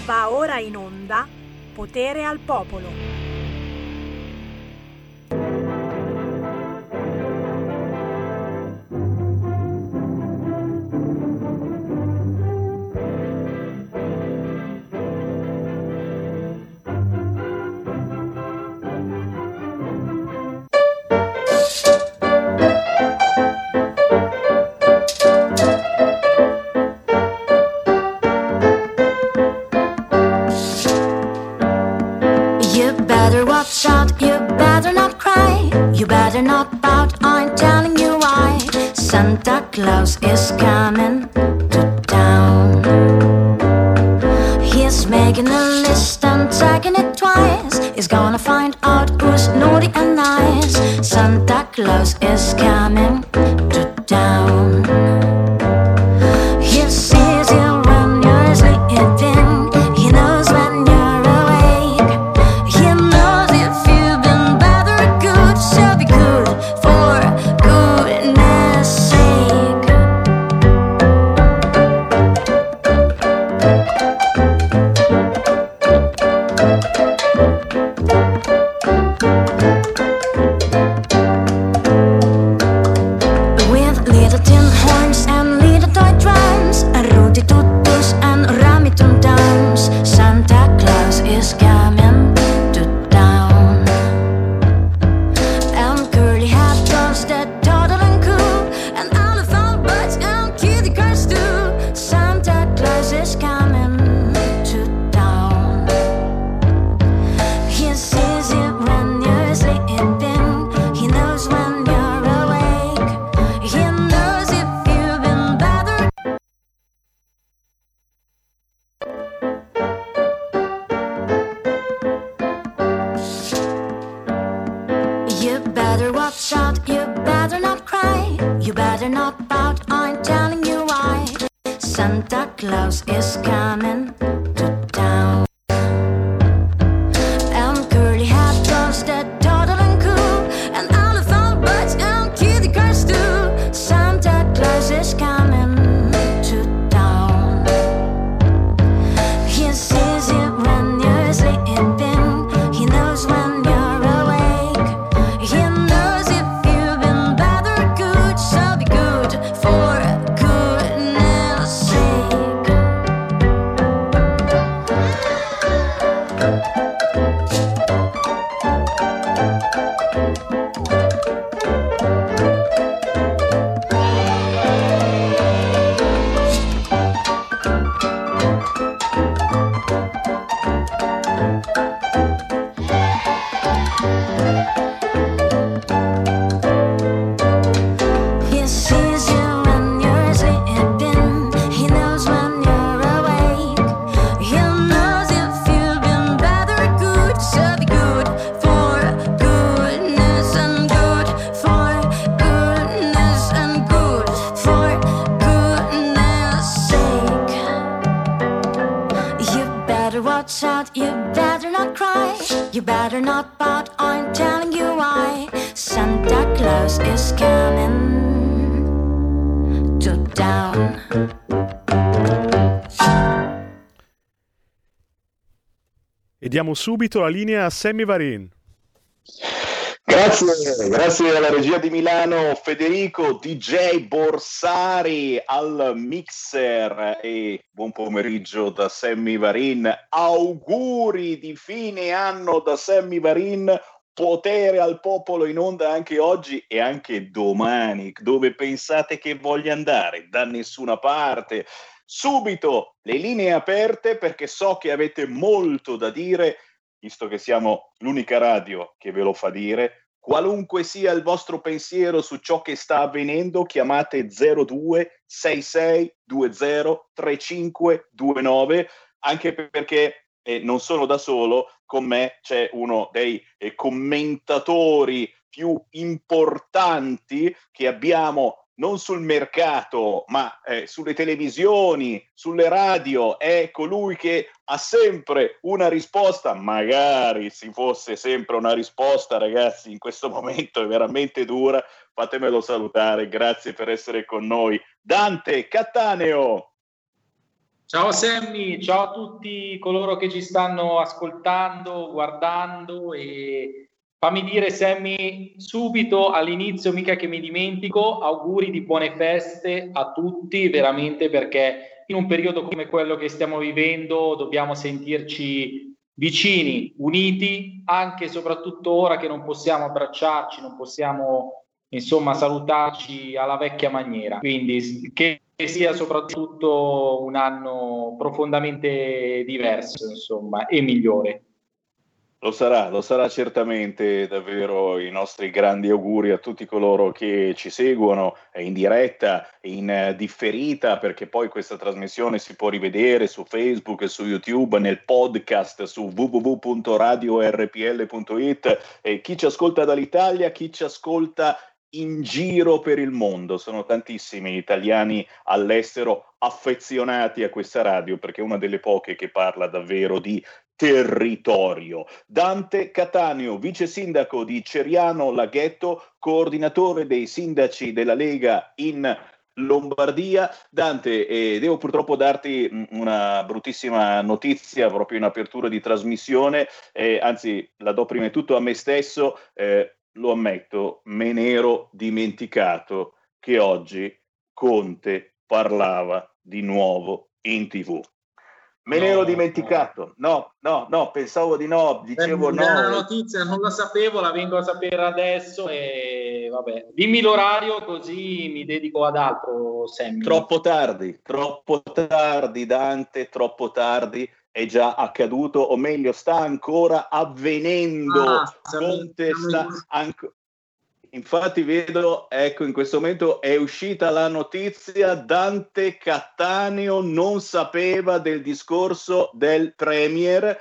Va ora in onda Potere al Popolo. Watch out, you better not cry, you better not pout, I'm telling you why. Santa Claus is coming to town. He's making a list and checking it twice. He's gonna find out who's naughty and nice. Santa Claus is coming to town. He sees you when you're sleeping. He knows when you're awake. He knows if you've been bad or good. So be good for goodness sake. With little tin horns and little toy drums, Rudy Tutus and Rummy Tum Tums, Santa Claus is coming to town. And curly hat does that toddle and cool, and elephant butts and kitty cars too. Santa Claus is coming to town. He sees you when you're sleeping. He knows when you're awake. He knows if you've been bad or you better watch out, you better not cry, you better not pout, I'm telling you why. Santa Claus is coming to town. And curly hat does that toddle and cool, and elephant butts and kitty cars too. Santa Claus is coming to town. He sees you when you're sleeping. He knows when you're awake. He knows if you've been bad or good. So be good for goodness sake. He sees you when you're sleeping. He knows when you're awake. He knows if you've been bad or good. So be good for goodness and good for goodness and good for goodness sake. You better watch out, you better not cry, you better not pout, I'm telling you why. Santa Claus is coming to town. E diamo subito la linea a Sammy Varin. Grazie alla regia di Milano, Federico DJ Borsari al mixer, e buon pomeriggio da Sammy Varin. Auguri di fine anno da Sammy Varin. Potere al popolo in onda anche oggi e anche domani. Dove pensate che voglia andare? Da nessuna parte. Subito le linee aperte, perché so che avete molto da dire, visto che siamo l'unica radio che ve lo fa dire. Qualunque sia il vostro pensiero su ciò che sta avvenendo, chiamate 02 66 20 35 29, anche perché non sono da solo, con me c'è uno dei commentatori più importanti che abbiamo non sul mercato, ma sulle televisioni, sulle radio. È colui che ha sempre una risposta, magari ci fosse sempre una risposta, ragazzi, in questo momento è veramente dura. Fatemelo salutare, grazie per essere con noi, Dante Cattaneo. Ciao Sammy, ciao a tutti coloro che ci stanno ascoltando, guardando, e fammi dire Sammy subito all'inizio, mica che mi dimentico, auguri di buone feste a tutti, veramente, perché in un periodo come quello che stiamo vivendo dobbiamo sentirci vicini, uniti, anche e soprattutto ora che non possiamo abbracciarci, non possiamo insomma salutarci alla vecchia maniera. Quindi che sia soprattutto un anno profondamente diverso, insomma, e migliore. Lo sarà certamente. Davvero i nostri grandi auguri a tutti coloro che ci seguono in diretta, in differita, perché poi questa trasmissione si può rivedere su Facebook, su YouTube, nel podcast su www.radiorpl.it. Chi ci ascolta dall'Italia, chi ci ascolta in giro per il mondo. Sono tantissimi italiani all'estero affezionati a questa radio, perché è una delle poche che parla davvero di territorio. Dante Cattaneo, vice sindaco di Ceriano Laghetto, coordinatore dei sindaci della Lega in Lombardia. Dante, devo purtroppo darti una bruttissima notizia proprio in apertura di trasmissione, anzi la do prima di tutto a me stesso, lo ammetto, me ne ero dimenticato che oggi Conte parlava di nuovo in TV. Me ne ero dimenticato. No, pensavo di no, dicevo no. Una notizia, non la sapevo, la vengo a sapere adesso e vabbè. Dimmi l'orario così mi dedico ad altro, Sammy. Troppo tardi, Dante, troppo tardi. È già accaduto, o meglio, sta ancora avvenendo. Conte sta ancora. Infatti vedo, ecco, in questo momento è uscita la notizia: Dante Cattaneo non sapeva del discorso del Premier.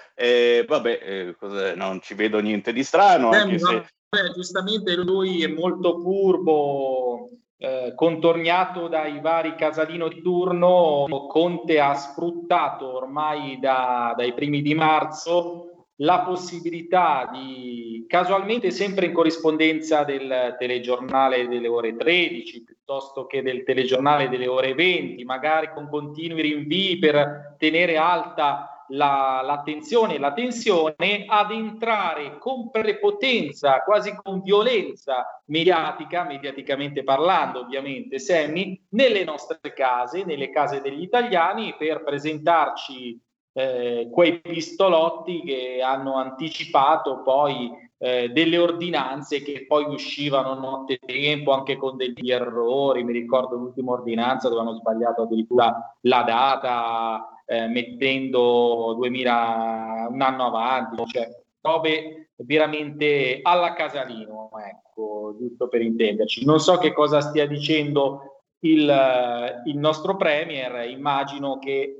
Non ci vedo niente di strano, anche se... Giustamente lui è molto furbo, contornato dai vari casalino di turno. Conte ha sfruttato ormai dai primi di marzo la possibilità di, casualmente sempre in corrispondenza del telegiornale delle ore 13 piuttosto che del telegiornale delle ore 20, magari con continui rinvii per tenere alta l'attenzione e la tensione, ad entrare con prepotenza, quasi con violenza mediaticamente parlando, ovviamente, Sammy, nelle nostre case, nelle case degli italiani, per presentarci quei pistolotti che hanno anticipato poi delle ordinanze che poi uscivano nottetempo, anche con degli errori. Mi ricordo l'ultima ordinanza dove hanno sbagliato addirittura la data, mettendo 2000 un anno avanti, cioè robe veramente alla Casalino, ecco, giusto per intenderci. Non so che cosa stia dicendo il nostro Premier, immagino che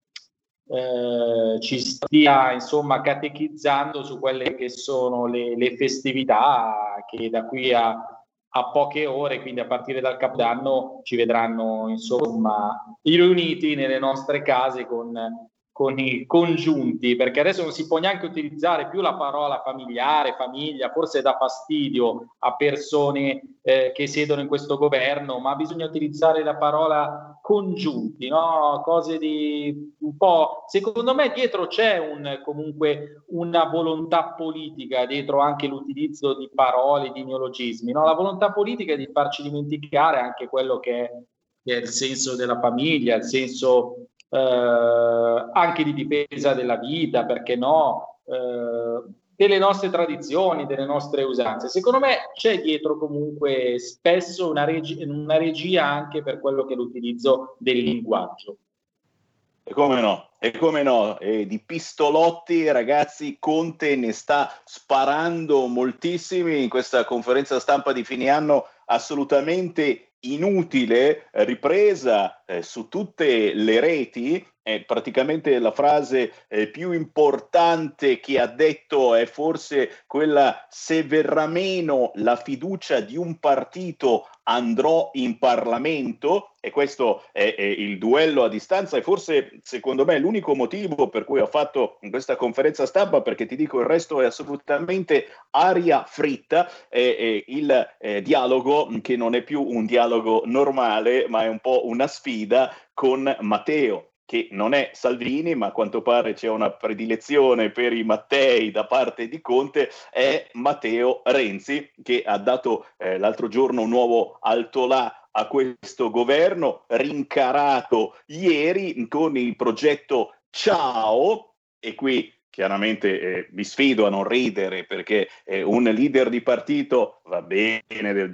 ci stia insomma catechizzando su quelle che sono le festività che da qui a poche ore, quindi a partire dal Capodanno, ci vedranno insomma riuniti nelle nostre case con i congiunti, perché adesso non si può neanche utilizzare più la parola familiare, famiglia, forse dà fastidio a persone che siedono in questo governo, ma bisogna utilizzare la parola congiunti, no? Cose di un po', secondo me dietro c'è comunque una volontà politica, dietro anche l'utilizzo di parole, di neologismi, no? La volontà politica è di farci dimenticare anche quello che è il senso della famiglia, il senso anche di difesa della vita, perché no, delle nostre tradizioni, delle nostre usanze. Secondo me c'è dietro comunque spesso una regia anche per quello che è l'utilizzo del linguaggio. E come no, di pistolotti, ragazzi, Conte ne sta sparando moltissimi in questa conferenza stampa di fine anno assolutamente inutile, ripresa su tutte le reti. Praticamente la frase più importante che ha detto è forse quella: se verrà meno la fiducia di un partito andrò in Parlamento. E questo è il duello a distanza, e forse secondo me l'unico motivo per cui ho fatto in questa conferenza stampa, perché ti dico il resto è assolutamente aria fritta, il dialogo, che non è più un dialogo normale ma è un po' una sfida con Matteo che non è Salvini, ma a quanto pare c'è una predilezione per i Mattei da parte di Conte, è Matteo Renzi, che ha dato l'altro giorno un nuovo altolà a questo governo, rincarato ieri con il progetto Ciao, e qui chiaramente vi sfido a non ridere, perché un leader di partito, va bene, del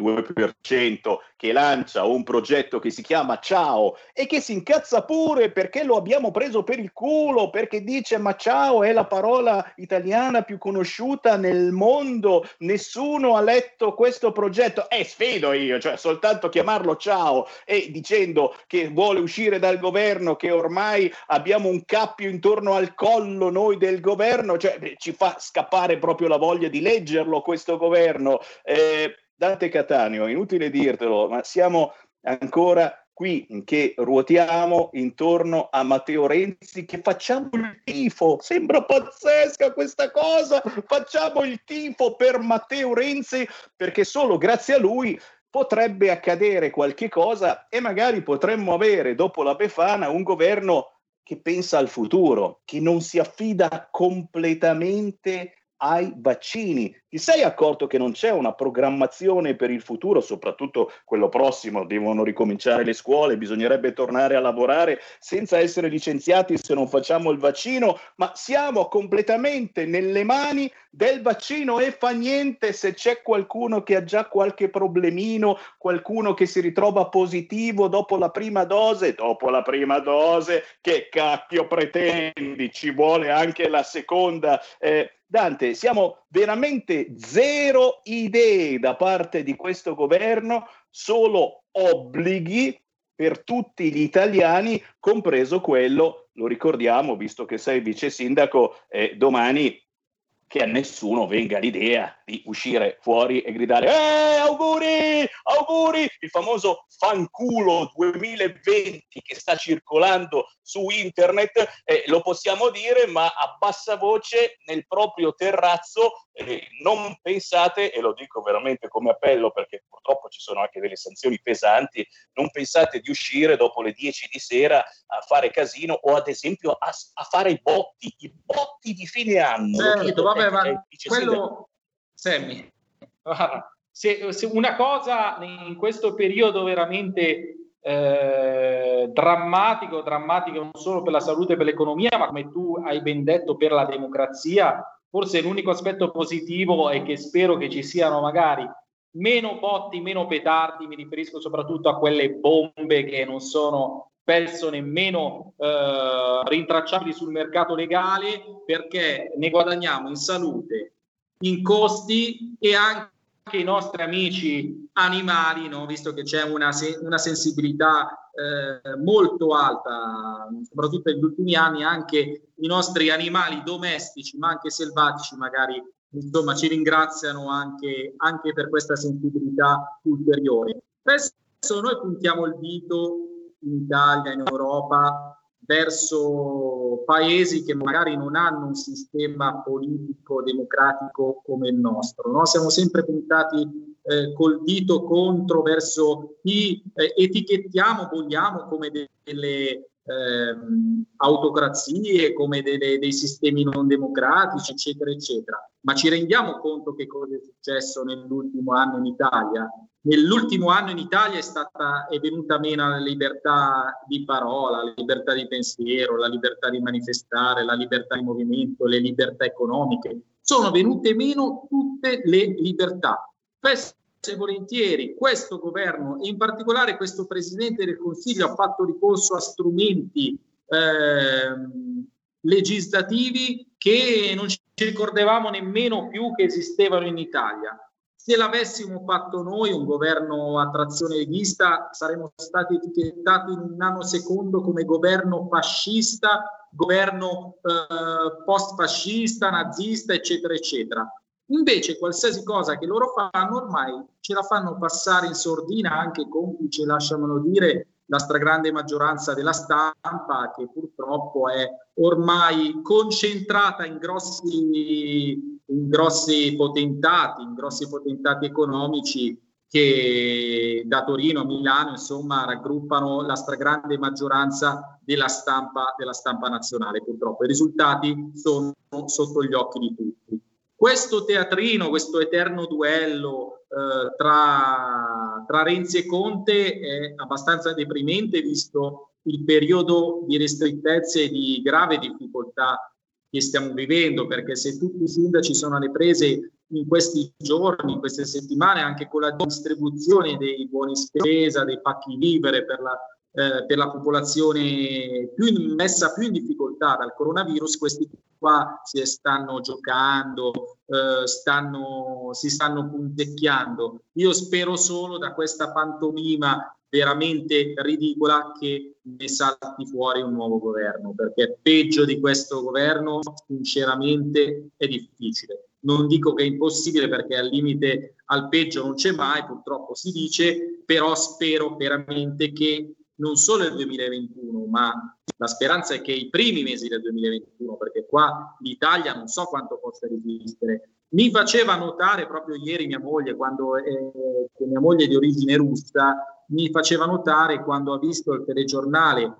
2%, che lancia un progetto che si chiama Ciao e che si incazza pure perché lo abbiamo preso per il culo, perché dice ma ciao è la parola italiana più conosciuta nel mondo, nessuno ha letto questo progetto. Sfido io, cioè soltanto chiamarlo Ciao e dicendo che vuole uscire dal governo, che ormai abbiamo un cappio intorno al collo noi del governo, cioè ci fa scappare proprio la voglia di leggerlo questo governo. Dante Cattaneo, inutile dirtelo, ma siamo ancora qui che ruotiamo intorno a Matteo Renzi, che facciamo il tifo, sembra pazzesca questa cosa, facciamo il tifo per Matteo Renzi perché solo grazie a lui potrebbe accadere qualche cosa e magari potremmo avere dopo la Befana un governo che pensa al futuro, che non si affida completamente ai vaccini. Ti sei accorto che non c'è una programmazione per il futuro, soprattutto quello prossimo? Devono ricominciare le scuole, bisognerebbe tornare a lavorare senza essere licenziati se non facciamo il vaccino, ma siamo completamente nelle mani del vaccino e fa niente se c'è qualcuno che ha già qualche problemino, qualcuno che si ritrova positivo dopo la prima dose. Dopo la prima dose, che cacchio pretendi? Ci vuole anche la seconda. Dante, siamo veramente zero idee da parte di questo governo, solo obblighi per tutti gli italiani, compreso quello, lo ricordiamo, visto che sei vice sindaco, domani che a nessuno venga l'idea di uscire fuori e gridare auguri, auguri, il famoso fanculo 2020 che sta circolando su internet, lo possiamo dire, ma a bassa voce nel proprio terrazzo. Non pensate, e lo dico veramente come appello perché purtroppo ci sono anche delle sanzioni pesanti, non pensate di uscire dopo le 10 di sera a fare casino o ad esempio a fare i botti di fine anno. Certo, vabbè, ma quello, Sammy, se una cosa in questo periodo veramente drammatico non solo per la salute e per l'economia, ma come tu hai ben detto per la democrazia, forse l'unico aspetto positivo è che spero che ci siano magari meno botti, meno petardi, mi riferisco soprattutto a quelle bombe che non sono spesso nemmeno rintracciabili sul mercato legale, perché ne guadagniamo in salute, in costi e anche i nostri amici animali, no? Visto che c'è una sensibilità molto alta, soprattutto negli ultimi anni, anche i nostri animali domestici, ma anche selvatici, magari insomma ci ringraziano anche per questa sensibilità ulteriore. Spesso noi puntiamo il dito in Italia, in Europa, verso paesi che magari non hanno un sistema politico democratico come il nostro, no? Siamo sempre puntati col dito contro verso chi etichettiamo, vogliamo, come delle autocrazie, come dei sistemi non democratici, eccetera, eccetera. Ma ci rendiamo conto che cosa è successo nell'ultimo anno in Italia? Nell'ultimo anno in Italia è venuta meno la libertà di parola, la libertà di pensiero, la libertà di manifestare, la libertà di movimento, le libertà economiche. Sono venute meno tutte le libertà. Spesso e volentieri questo governo e in particolare questo Presidente del Consiglio ha fatto ricorso a strumenti legislativi che non ci ricordavamo nemmeno più che esistevano in Italia. Se l'avessimo fatto noi, un governo a trazione leghista, saremmo stati etichettati in un nanosecondo come governo fascista, governo post-fascista, nazista, eccetera, eccetera. Invece qualsiasi cosa che loro fanno ormai ce la fanno passare in sordina, anche complice, lasciamelo dire, la stragrande maggioranza della stampa, che purtroppo è ormai concentrata in grossi potentati economici che da Torino a Milano, insomma, raggruppano la stragrande maggioranza della stampa nazionale. Purtroppo i risultati sono sotto gli occhi di tutti. Questo teatrino, questo eterno duello tra Renzi e Conte è abbastanza deprimente, visto il periodo di ristrettezze e di grave difficoltà che stiamo vivendo, perché se tutti i sindaci sono alle prese in questi giorni, in queste settimane, anche con la distribuzione dei buoni spesa, dei pacchi vivere per la popolazione messa più in difficoltà dal coronavirus, questi qua si stanno giocando, si stanno punzecchiando. Io spero solo da questa pantomima veramente ridicola che ne salti fuori un nuovo governo, perché peggio di questo governo sinceramente è difficile. Non dico che è impossibile, perché al limite al peggio non c'è mai, purtroppo si dice, però spero veramente che non solo il 2021, ma la speranza è che i primi mesi del 2021, perché qua l'Italia non so quanto possa resistere. Mi faceva notare proprio ieri mia moglie, che mia moglie è di origine russa, mi faceva notare quando ha visto il telegiornale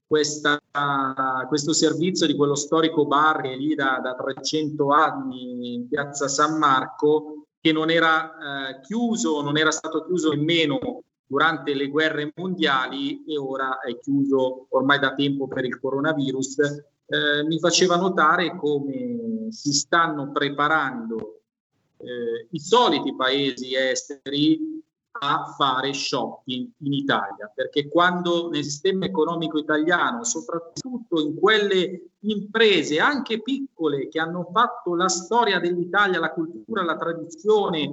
questo servizio di quello storico bar che è lì da 300 anni in piazza San Marco, che non era non era stato chiuso nemmeno durante le guerre mondiali e ora è chiuso ormai da tempo per il coronavirus. Mi faceva notare come si stanno preparando i soliti paesi esteri a fare shopping in Italia, perché quando nel sistema economico italiano, soprattutto in quelle imprese anche piccole che hanno fatto la storia dell'Italia, la cultura, la tradizione,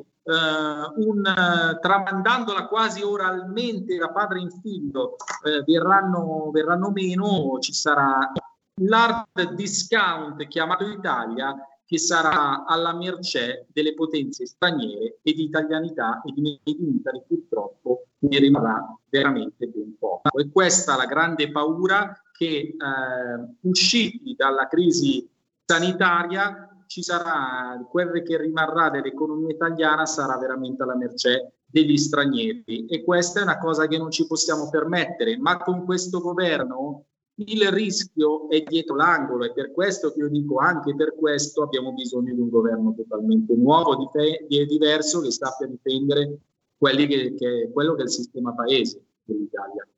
tramandandola quasi oralmente da padre in figlio, verranno meno, ci sarà l'hard discount chiamato Italia, che sarà alla mercé delle potenze straniere, e di italianità e di Made in Italy purtroppo ne rimarrà veramente ben poco. E questa è la grande paura, che usciti dalla crisi sanitaria ci sarà, quella che rimarrà dell'economia italiana sarà veramente alla mercé degli stranieri, e questa è una cosa che non ci possiamo permettere. Ma con questo governo il rischio è dietro l'angolo, e per questo che io dico, anche per questo abbiamo bisogno di un governo totalmente nuovo, diverso, che sappia difendere quello che è il sistema paese dell'Italia.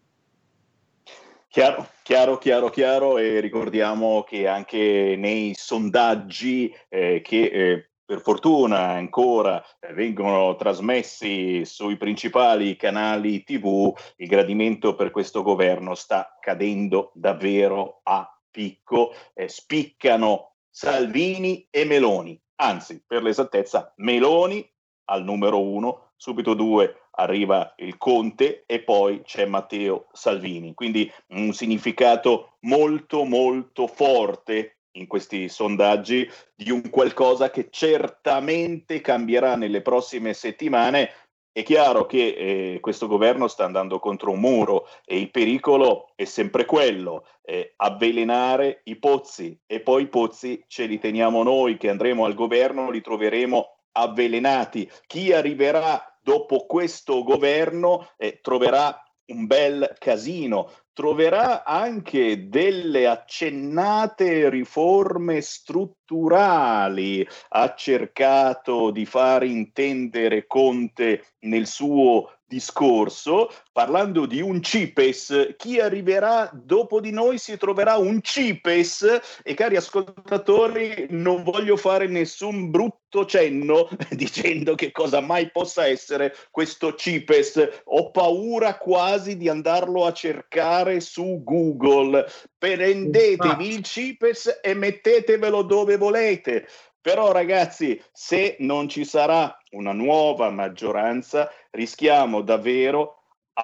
Chiaro, e ricordiamo che anche nei sondaggi che per fortuna ancora vengono trasmessi sui principali canali TV, il gradimento per questo governo sta cadendo davvero a picco. Spiccano Salvini e Meloni, anzi, per l'esattezza, Meloni al numero 1, subito 2 arriva il Conte e poi c'è Matteo Salvini. Quindi un significato molto molto forte in questi sondaggi di un qualcosa che certamente cambierà nelle prossime settimane. È chiaro che questo governo sta andando contro un muro e il pericolo è sempre quello, avvelenare i pozzi, e poi i pozzi ce li teniamo noi che andremo al governo, li troveremo avvelenati. Chi arriverà dopo questo governo troverà un bel casino, troverà anche delle accennate riforme strutturali. Ha cercato di far intendere Conte nel suo discorso, parlando di un CIPES. Chi arriverà dopo di noi si troverà un CIPES, e cari ascoltatori, non voglio fare nessun brutto cenno dicendo che cosa mai possa essere questo CIPES. Ho paura quasi di andarlo a cercare su Google. Prendetevi il CIPES e mettetevelo dove volete. Però ragazzi, se non ci sarà una nuova maggioranza, rischiamo davvero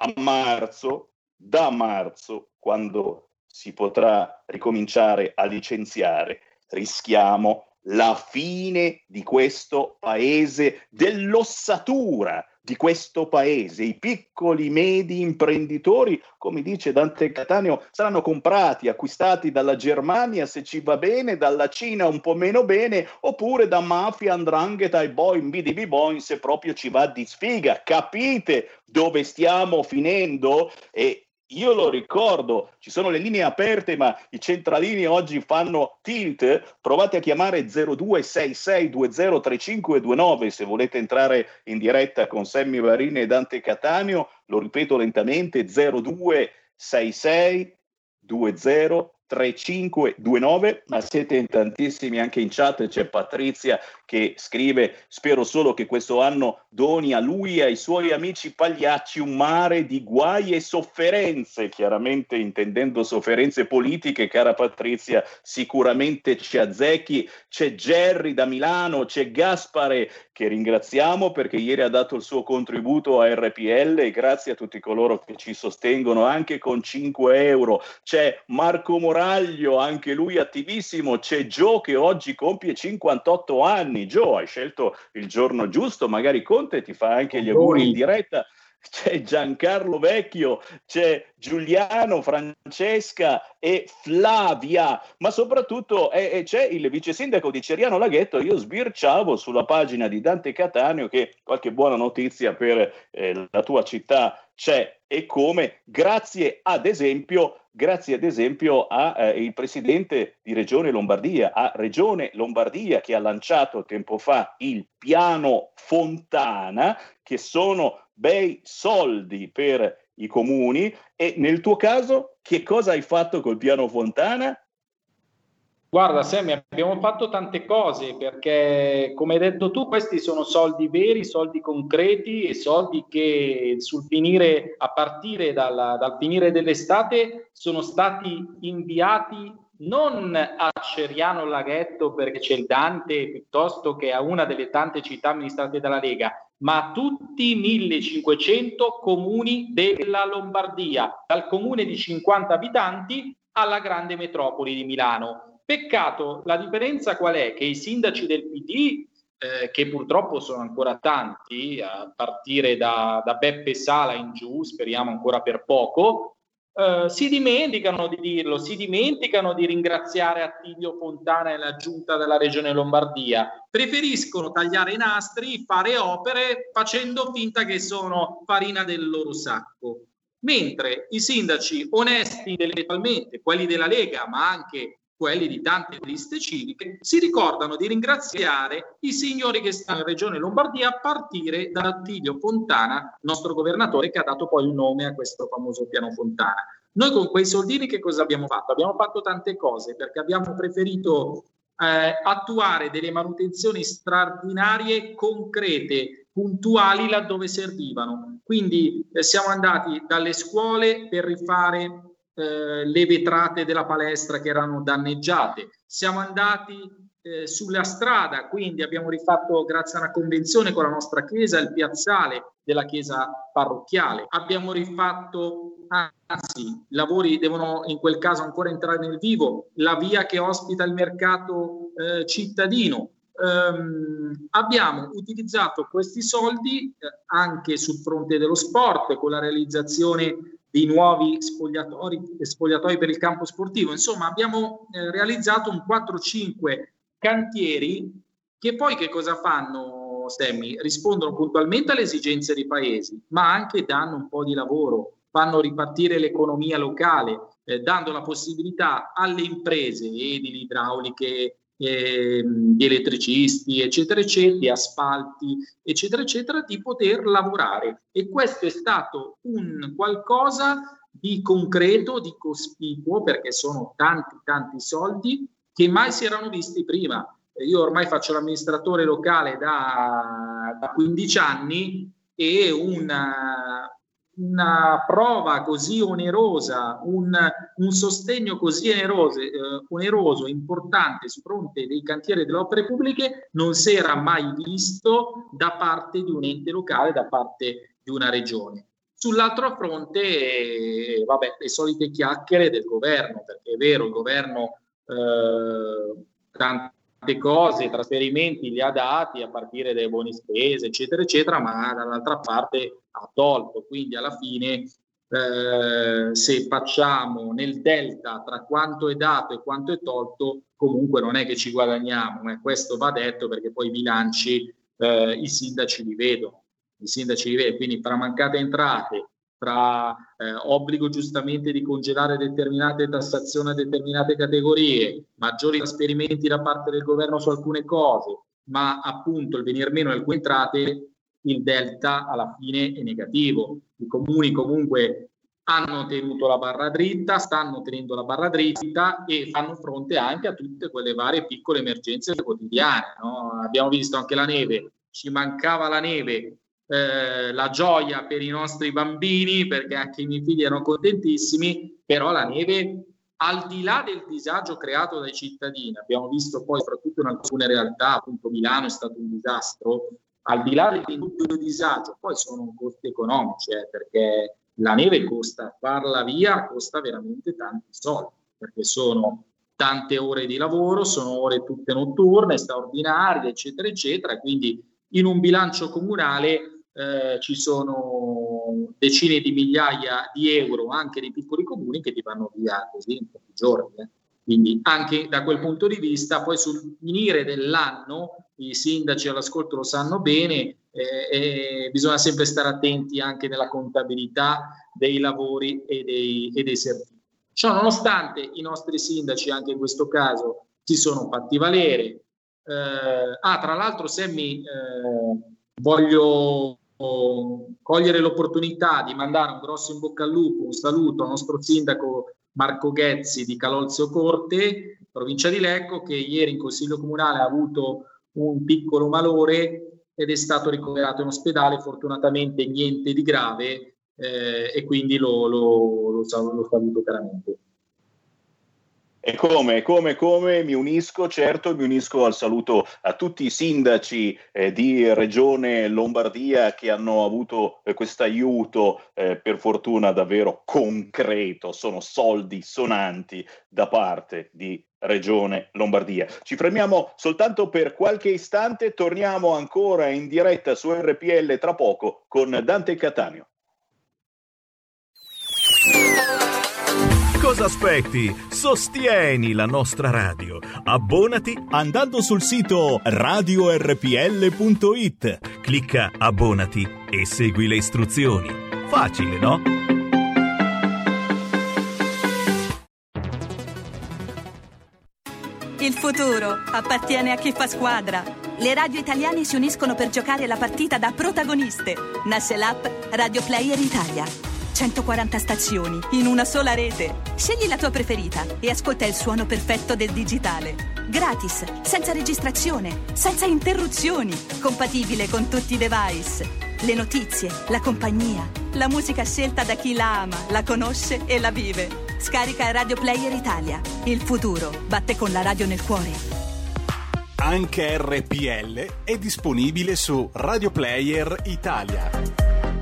da marzo, quando si potrà ricominciare a licenziare, rischiamo la fine di questo paese dell'ossatura di questo paese. I piccoli medi imprenditori, come dice Dante Cattaneo, saranno comprati, acquistati dalla Germania se ci va bene, dalla Cina un po' meno bene, oppure da mafia, 'ndrangheta e boing bidi boing se proprio ci va di sfiga. Capite dove stiamo finendo? E io lo ricordo, ci sono le linee aperte, ma i centralini oggi fanno tilt. Provate a chiamare 0266203529 se volete entrare in diretta con Sammy Varin e Dante Cattaneo. Lo ripeto lentamente, 0266203529, ma siete in tantissimi anche in chat. C'è Patrizia che scrive: spero solo che questo anno doni a lui e ai suoi amici pagliacci un mare di guai e sofferenze, chiaramente intendendo sofferenze politiche. Cara Patrizia, sicuramente ci azzecchi. C'è Gerry da Milano, c'è Gaspare che ringraziamo perché ieri ha dato il suo contributo a RPL, e grazie a tutti coloro che ci sostengono anche con 5 euro. C'è Marco Moraglio, anche lui attivissimo. C'è Gio che oggi compie 58 anni. Gio, hai scelto il giorno giusto, magari Conte ti fa anche gli auguri in diretta. C'è Giancarlo Vecchio, c'è Giuliano, Francesca e Flavia, ma soprattutto c'è il vice sindaco di Ceriano Laghetto. Io sbirciavo sulla pagina di Dante Cattaneo che qualche buona notizia per la tua città c'è, e come, grazie ad esempio a il presidente di Regione Lombardia, a Regione Lombardia, che ha lanciato tempo fa il piano Fontana, che sono bei soldi per i comuni. E nel tuo caso che cosa hai fatto col piano Fontana? Guarda Sammy, abbiamo fatto tante cose perché, come hai detto tu, questi sono soldi veri, soldi concreti e soldi che sul finire, a partire dal finire dell'estate, sono stati inviati non a Ceriano Laghetto perché c'è il Dante, piuttosto che a una delle tante città amministrate dalla Lega, ma a tutti i 1500 comuni della Lombardia, dal comune di 50 abitanti alla grande metropoli di Milano. Peccato, la differenza qual è? Che i sindaci del PD, che purtroppo sono ancora tanti, a partire da Beppe Sala in giù, speriamo ancora per poco, si dimenticano di dirlo, si dimenticano di ringraziare Attilio Fontana e la giunta della Regione Lombardia. Preferiscono tagliare i nastri, fare opere, facendo finta che sono farina del loro sacco. Mentre i sindaci onesti intellettualmente, quelli della Lega, ma anche quelli di tante liste civiche, si ricordano di ringraziare i signori che stanno in Regione Lombardia, a partire da Attilio Fontana, nostro governatore, che ha dato poi il nome a questo famoso piano Fontana. Noi con quei soldini che cosa abbiamo fatto? Abbiamo fatto tante cose, perché abbiamo preferito attuare delle manutenzioni straordinarie, concrete, puntuali laddove servivano. Quindi siamo andati dalle scuole per rifare le vetrate della palestra che erano danneggiate, siamo andati sulla strada, quindi abbiamo rifatto, grazie a una convenzione con la nostra chiesa, il piazzale della chiesa parrocchiale, abbiamo rifatto, anzi, i lavori devono in quel caso ancora entrare nel vivo, la via che ospita il mercato cittadino. Abbiamo utilizzato questi soldi anche sul fronte dello sport, con la realizzazione di nuovi spogliatoi per il campo sportivo. Insomma, abbiamo realizzato un 4-5 cantieri che poi che cosa fanno, Sammy? Rispondono puntualmente alle esigenze dei paesi, ma anche danno un po' di lavoro, fanno ripartire l'economia locale, dando la possibilità alle imprese edili, idrauliche, di elettricisti, eccetera, eccetera, di asfalti, eccetera, eccetera, di poter lavorare. E questo è stato un qualcosa di concreto, di cospicuo, perché sono tanti soldi che mai si erano visti prima. Io ormai faccio l'amministratore locale da 15 anni e una prova così onerosa, un sostegno così oneroso, importante su fronte dei cantieri delle opere pubbliche non si era mai visto da parte di un ente locale, da parte di una regione. Sull'altro fronte, le solite chiacchiere del governo, perché è vero, il governo tante cose, trasferimenti li ha dati a partire dai buoni spese, eccetera, eccetera, ma dall'altra parte ha tolto. Quindi alla fine se facciamo nel delta tra quanto è dato e quanto è tolto, comunque non è che ci guadagniamo, ma questo va detto perché poi i bilanci i sindaci li vedono, quindi fra mancate entrate, tra obbligo giustamente di congelare determinate tassazioni a determinate categorie, maggiori trasferimenti da parte del governo su alcune cose, ma appunto il venir meno di alcune entrate, il delta alla fine è negativo. I comuni comunque hanno tenuto la barra dritta, stanno tenendo la barra dritta e fanno fronte anche a tutte quelle varie piccole emergenze quotidiane, no? Abbiamo visto anche la neve, ci mancava la neve, la gioia per i nostri bambini, perché anche i miei figli erano contentissimi, però la neve, al di là del disagio creato dai cittadini, abbiamo visto poi soprattutto in alcune realtà, appunto Milano è stato un disastro, al di là del disagio, poi sono costi economici, perché la neve costa, farla via costa veramente tanti soldi, perché sono tante ore di lavoro, sono ore tutte notturne, straordinarie, eccetera, eccetera, quindi in un bilancio comunale ci sono decine di migliaia di euro anche dei piccoli comuni che ti vanno via così in pochi giorni. Quindi anche da quel punto di vista, poi sul finire dell'anno, i sindaci all'ascolto lo sanno bene, bisogna sempre stare attenti anche nella contabilità dei lavori e dei servizi. Ciò nonostante, i nostri sindaci anche in questo caso si sono fatti valere. Tra l'altro, Sammy, voglio cogliere l'opportunità di mandare un grosso in bocca al lupo, un saluto al nostro sindaco Marco Ghezzi di Calolzio Corte, provincia di Lecco, che ieri in Consiglio Comunale ha avuto un piccolo malore ed è stato ricoverato in ospedale, fortunatamente niente di grave, e quindi lo saluto caramente. E come mi unisco, certo, mi unisco al saluto a tutti i sindaci di Regione Lombardia che hanno avuto questo aiuto, per fortuna davvero concreto, sono soldi sonanti da parte di Regione Lombardia. Ci fermiamo soltanto per qualche istante, torniamo ancora in diretta su RPL tra poco con Dante Cattaneo. Cosa aspetti? Sostieni la nostra radio. Abbonati andando sul sito radiorpl.it. Clicca abbonati e segui le istruzioni. Facile, no? Il futuro appartiene a chi fa squadra. Le radio italiane si uniscono per giocare la partita da protagoniste. Nasce l'app Radio Player Italia. 140 stazioni in una sola rete. Scegli la tua preferita e ascolta il suono perfetto del digitale. Gratis, senza registrazione, senza interruzioni, compatibile con tutti i device. Le notizie, la compagnia, la musica scelta da chi la ama, la conosce e la vive. Scarica Radio Player Italia. Il futuro batte con la radio nel cuore. Anche RPL è disponibile su Radio Player Italia.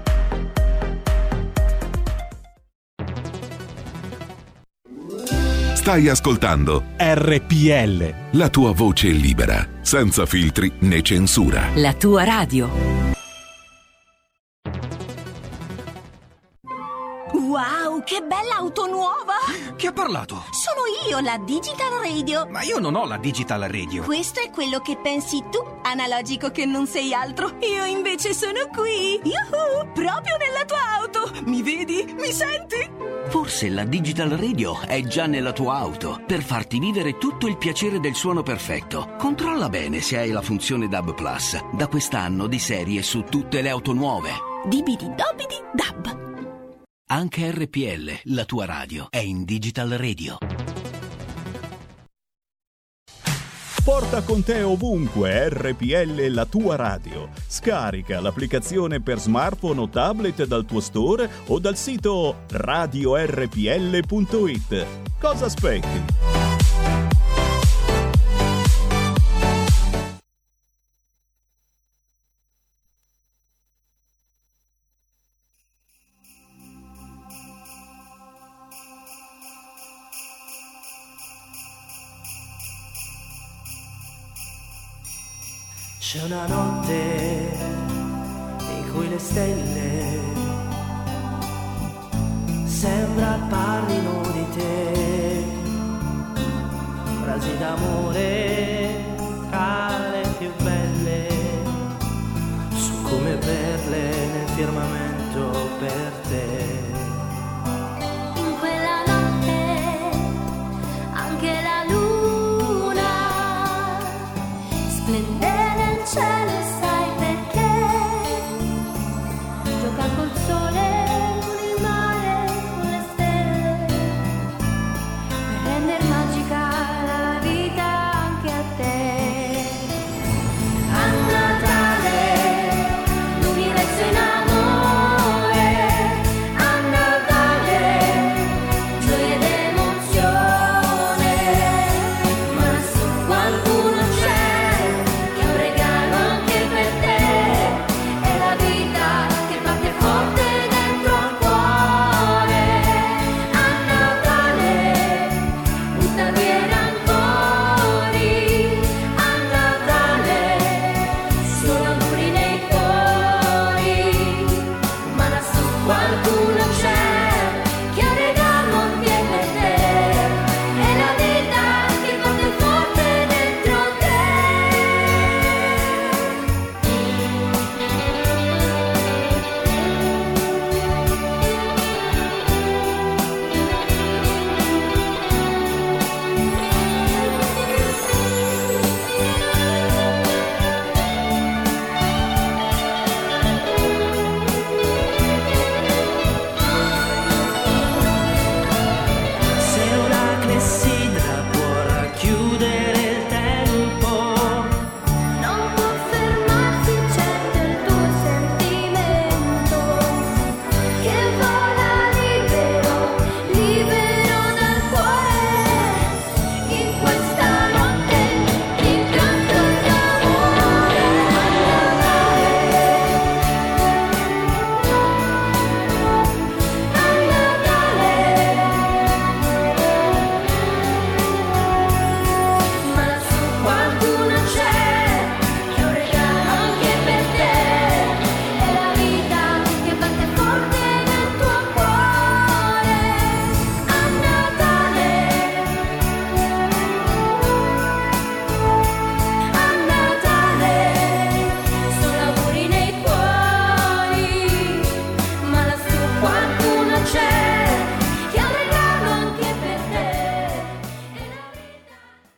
Stai ascoltando RPL, la tua voce libera, senza filtri né censura. La tua radio. Wow, che bella auto nuova! Chi ha parlato? Sono io, la Digital Radio. Ma io non ho la Digital Radio. Questo è quello che pensi tu, analogico che non sei altro. Io invece sono qui. Yuhu! Proprio nella tua auto. Mi vedi? Mi senti? Forse la Digital Radio è già nella tua auto per farti vivere tutto il piacere del suono perfetto. Controlla bene se hai la funzione DAB+. Da quest'anno di serie su tutte le auto nuove. Dibidi dobidi dab. Anche RPL, la tua radio, è in Digital Radio. Porta con te ovunque RPL, la tua radio. Scarica l'applicazione per smartphone o tablet dal tuo store o dal sito radiorpl.it. Cosa aspetti? C'è una notte in cui le stelle sembra parlino di te, frasi d'amore tra le più belle, su come perle nel firmamento per te. In quella notte anche la luna splende nel cielo, e sai perché? Gioca col sole, con il mare, con le stelle, per rendere magica la vita anche a te. A Natale l'universo in amore, a Natale gioia ed emozione, ma su qualcuno c'è che ha un regalo anche per te, è la vita che batte forte dentro al cuore. A Natale butta via i rancori, a Natale solo auguri nei cuori, ma lassù qualcuno c'è che ha un regalo anche per te, è la vita che batte forte dentro te. Se una clessidra può racchiudere il tempo, Non può fermarsi certo il tuo sentimento, che vola libero, libero dal cuore, in questa notte incanto d'amore. A Natale, ma lassù qualcuno c'è che ha un regalo anche per te, è la vita che batte forte nel tuo cuore. A Natale, solo auguri nei cuori, ma lassù qualcuno c'è che ha un regalo anche per te, è la vita.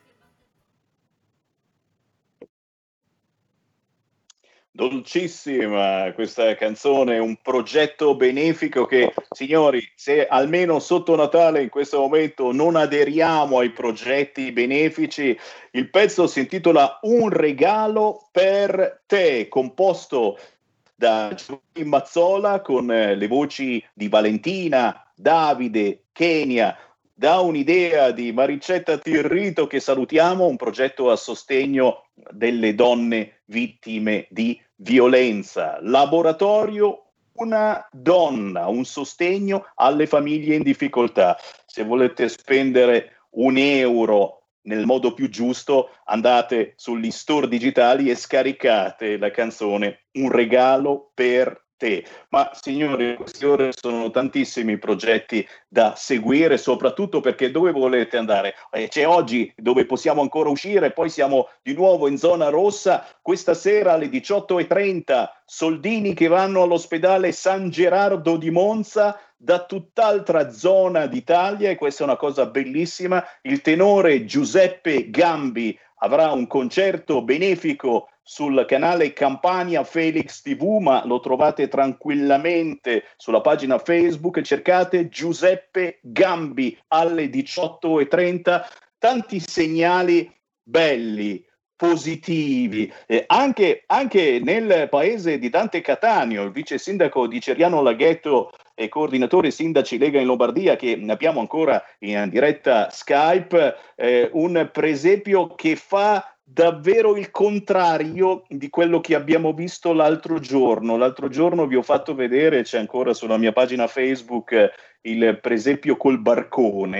Dolcissima questa canzone, un progetto benefico che, signori, se almeno sotto Natale in questo momento non aderiamo ai progetti benefici, il pezzo si intitola Un regalo per te, composto da Giovanni Mazzola con le voci di Valentina, Davide, Kenia, da un'idea di Maricetta Tirrito, che salutiamo, un progetto a sostegno delle donne vittime di violenza. Laboratorio Una Donna, un sostegno alle famiglie in difficoltà. Se volete spendere €1 nel modo più giusto, andate sugli store digitali e scaricate la canzone Un regalo per te. Ma signori, in queste ore sono tantissimi progetti da seguire, soprattutto perché dove volete andare? C'è oggi dove possiamo ancora uscire, poi siamo di nuovo in zona rossa. Questa sera alle 18:30 soldini che vanno all'ospedale San Gerardo di Monza da tutt'altra zona d'Italia, e questa è una cosa bellissima. Il tenore Giuseppe Gambi avrà un concerto benefico sul canale Campania Felix TV, ma lo trovate tranquillamente sulla pagina Facebook, cercate Giuseppe Gambi alle 18:30. Tanti segnali belli, positivi, anche nel paese di Dante Cattaneo, il vice sindaco di Ceriano Laghetto e coordinatore sindaci Lega in Lombardia, che abbiamo ancora in diretta Skype, un presepio che fa davvero il contrario di quello che abbiamo visto l'altro giorno. L'altro giorno vi ho fatto vedere, c'è ancora sulla mia pagina Facebook, il presepio col barcone,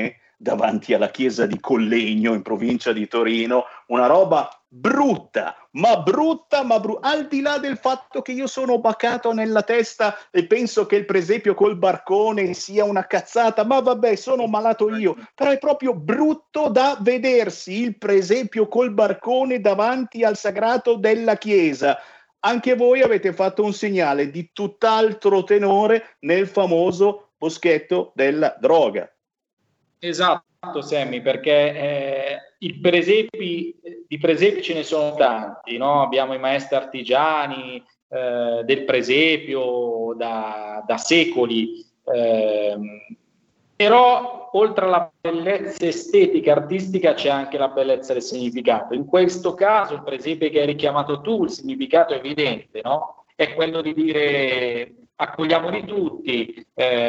davanti alla chiesa di Collegno in provincia di Torino, una roba brutta, al di là del fatto che io sono bacato nella testa e penso che il presepio col barcone sia una cazzata, ma vabbè, sono malato io, però è proprio brutto da vedersi il presepio col barcone davanti al sagrato della chiesa. Anche voi avete fatto un segnale di tutt'altro tenore nel famoso boschetto della droga. Esatto, Sammy, perché di presepi ce ne sono tanti, no? Abbiamo i maestri artigiani del presepio da secoli, però oltre alla bellezza estetica, artistica, c'è anche la bellezza del significato. In questo caso il presepe che hai richiamato tu, il significato è evidente, no? È quello di dire accogliamoli tutti,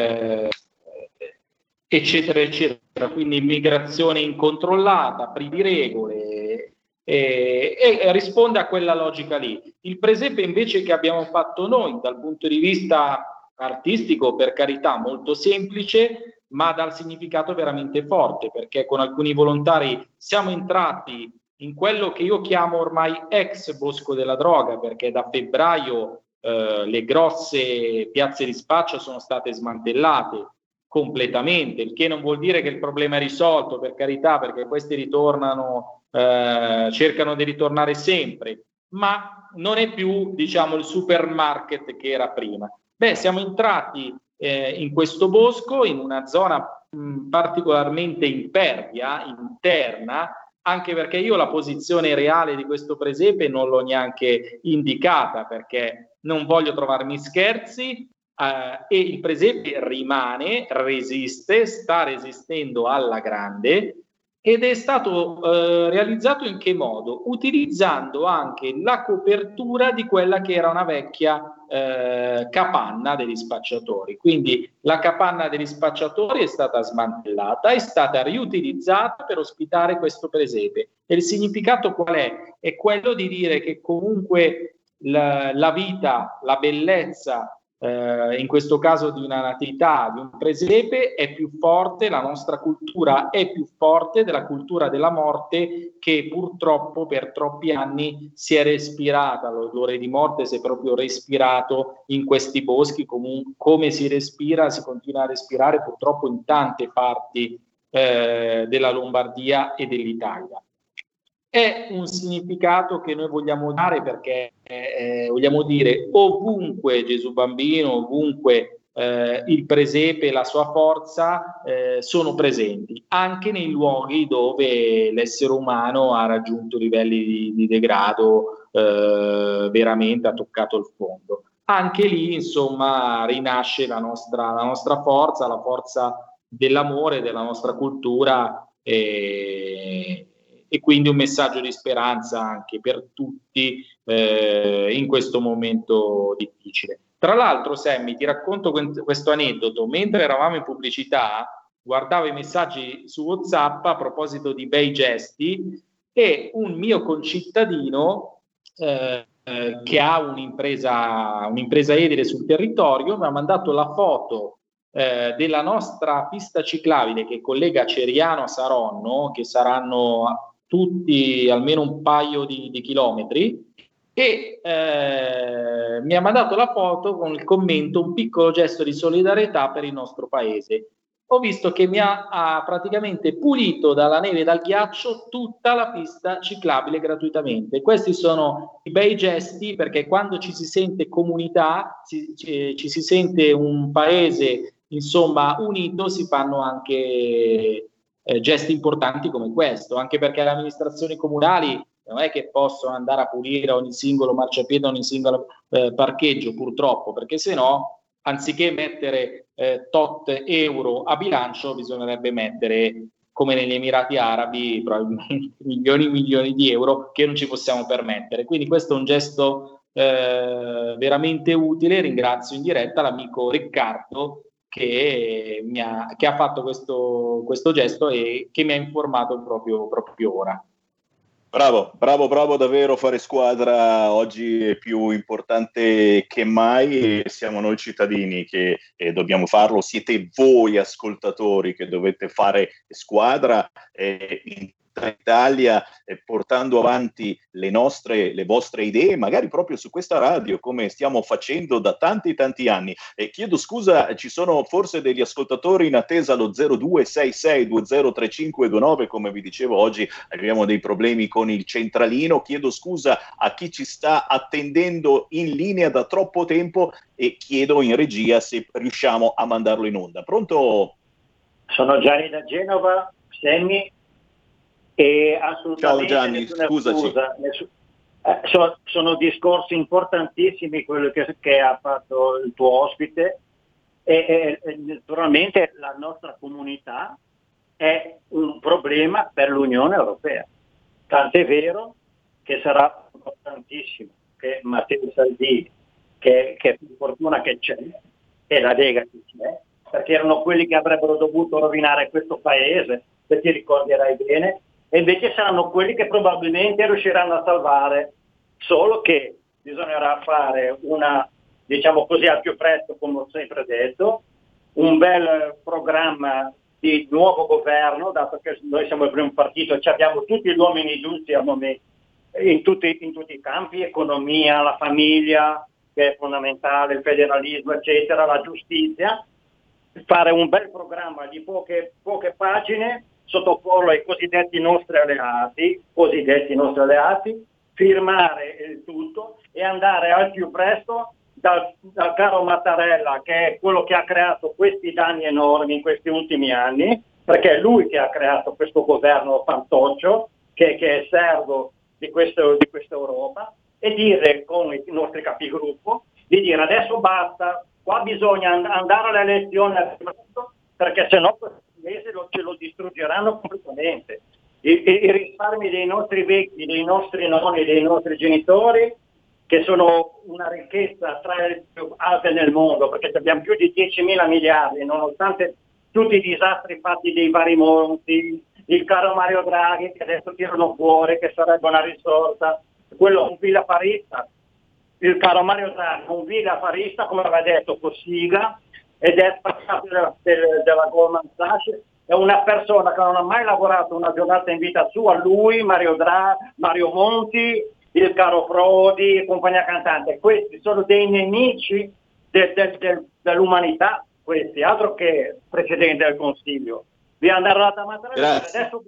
eccetera, eccetera. Quindi immigrazione incontrollata, privi regole, e risponde a quella logica lì. Il presepe invece che abbiamo fatto noi dal punto di vista artistico, per carità, molto semplice, ma dal significato veramente forte, perché con alcuni volontari siamo entrati in quello che io chiamo ormai ex Bosco della Droga, perché da febbraio le grosse piazze di spaccio sono state smantellate completamente, il che non vuol dire che il problema è risolto, per carità, perché questi ritornano, cercano di ritornare sempre, ma non è più, diciamo, il supermarket che era prima. Siamo entrati in questo bosco, in una zona particolarmente impervia, interna, anche perché io la posizione reale di questo presepe non l'ho neanche indicata, perché non voglio trovarmi scherzi, e il presepe rimane, resiste, sta resistendo alla grande, ed è stato realizzato in che modo? Utilizzando anche la copertura di quella che era una vecchia capanna degli spacciatori. Quindi la capanna degli spacciatori è stata smantellata, è stata riutilizzata per ospitare questo presepe. E il significato qual è? È quello di dire che comunque la vita, la bellezza, in questo caso di una natività, di un presepe, è più forte, la nostra cultura è più forte della cultura della morte, che purtroppo per troppi anni si è respirata, l'odore di morte si è proprio respirato in questi boschi, come si respira, si continua a respirare purtroppo in tante parti della Lombardia e dell'Italia. È un significato che noi vogliamo dare, perché vogliamo dire ovunque Gesù Bambino, ovunque il presepe e la sua forza sono presenti, anche nei luoghi dove l'essere umano ha raggiunto livelli di degrado, veramente ha toccato il fondo. Anche lì, insomma, rinasce la nostra forza, la forza dell'amore, della nostra cultura, e quindi un messaggio di speranza anche per tutti in questo momento difficile. Tra l'altro, Sammy, ti racconto questo aneddoto. Mentre eravamo in pubblicità, guardavo i messaggi su WhatsApp a proposito di bei gesti, e un mio concittadino che ha un'impresa edile sul territorio mi ha mandato la foto della nostra pista ciclabile che collega Ceriano a Saronno, che saranno tutti almeno un paio di chilometri, e mi ha mandato la foto con il commento: un piccolo gesto di solidarietà per il nostro paese. Ho visto che mi ha praticamente pulito dalla neve e dal ghiaccio tutta la pista ciclabile gratuitamente. Questi sono i bei gesti, perché quando ci si sente comunità, ci si sente un paese, insomma, unito, si fanno anche gesti importanti come questo, anche perché le amministrazioni comunali non è che possono andare a pulire ogni singolo marciapiede, ogni singolo parcheggio, purtroppo, perché se no, anziché mettere tot euro a bilancio, bisognerebbe mettere, come negli Emirati Arabi, probabilmente milioni di euro che non ci possiamo permettere. Quindi questo è un gesto veramente utile. Ringrazio in diretta l'amico Riccardo che ha fatto questo gesto e che mi ha informato proprio ora. Bravo davvero, fare squadra oggi è più importante che mai e siamo noi cittadini che dobbiamo farlo, siete voi ascoltatori che dovete fare squadra in Italia, portando avanti le vostre idee, magari proprio su questa radio, come stiamo facendo da tanti anni. Chiedo scusa, ci sono forse degli ascoltatori in attesa allo 0266203529, come vi dicevo oggi abbiamo dei problemi con il centralino. Chiedo scusa a chi ci sta attendendo in linea da troppo tempo e chiedo in regia se riusciamo a mandarlo in onda. Pronto? Sono Gianni da Genova, Semmi. E assolutamente ciao Gianni, scusaci. Sono discorsi importantissimi quello che ha fatto il tuo ospite e naturalmente la nostra comunità è un problema per l'Unione Europea, tant'è vero che sarà importantissimo che Matteo Salvini, che per fortuna che c'è, e la Lega che c'è, perché erano quelli che avrebbero dovuto rovinare questo paese, se ti ricorderai bene, e invece saranno quelli che probabilmente riusciranno a salvare, solo che bisognerà fare diciamo così al più presto, come ho sempre detto, un bel programma di nuovo governo, dato che noi siamo il primo partito, abbiamo tutti gli uomini giusti in tutti i campi, economia, la famiglia, che è fondamentale, il federalismo, eccetera, la giustizia, fare un bel programma di poche pagine, sottoporlo ai cosiddetti nostri alleati, firmare il tutto e andare al più presto dal caro Mattarella, che è quello che ha creato questi danni enormi in questi ultimi anni, perché è lui che ha creato questo governo fantoccio, che è servo di questa Europa, e dire con i nostri capigruppo, di dire adesso basta, qua bisogna andare alle elezioni, perché sennò ce lo distruggeranno completamente. I risparmi dei nostri vecchi, dei nostri nonni, dei nostri genitori, che sono una ricchezza tra le più alte nel mondo, perché abbiamo più di 10.000 miliardi, nonostante tutti i disastri fatti dei vari monti, il caro Mario Draghi che adesso tirano fuori, che sarebbe una risorsa, quello un villafarista, il caro Mario Draghi, un villafarista, come aveva detto Cossiga, ed è passato della Goldman Sachs, è una persona che non ha mai lavorato una giornata in vita sua, lui, Mario Monti, il caro Prodi e compagnia cantante. Questi sono dei nemici dell'umanità, questi, altro che Presidente del Consiglio. Vi andare alla Mattarella adesso.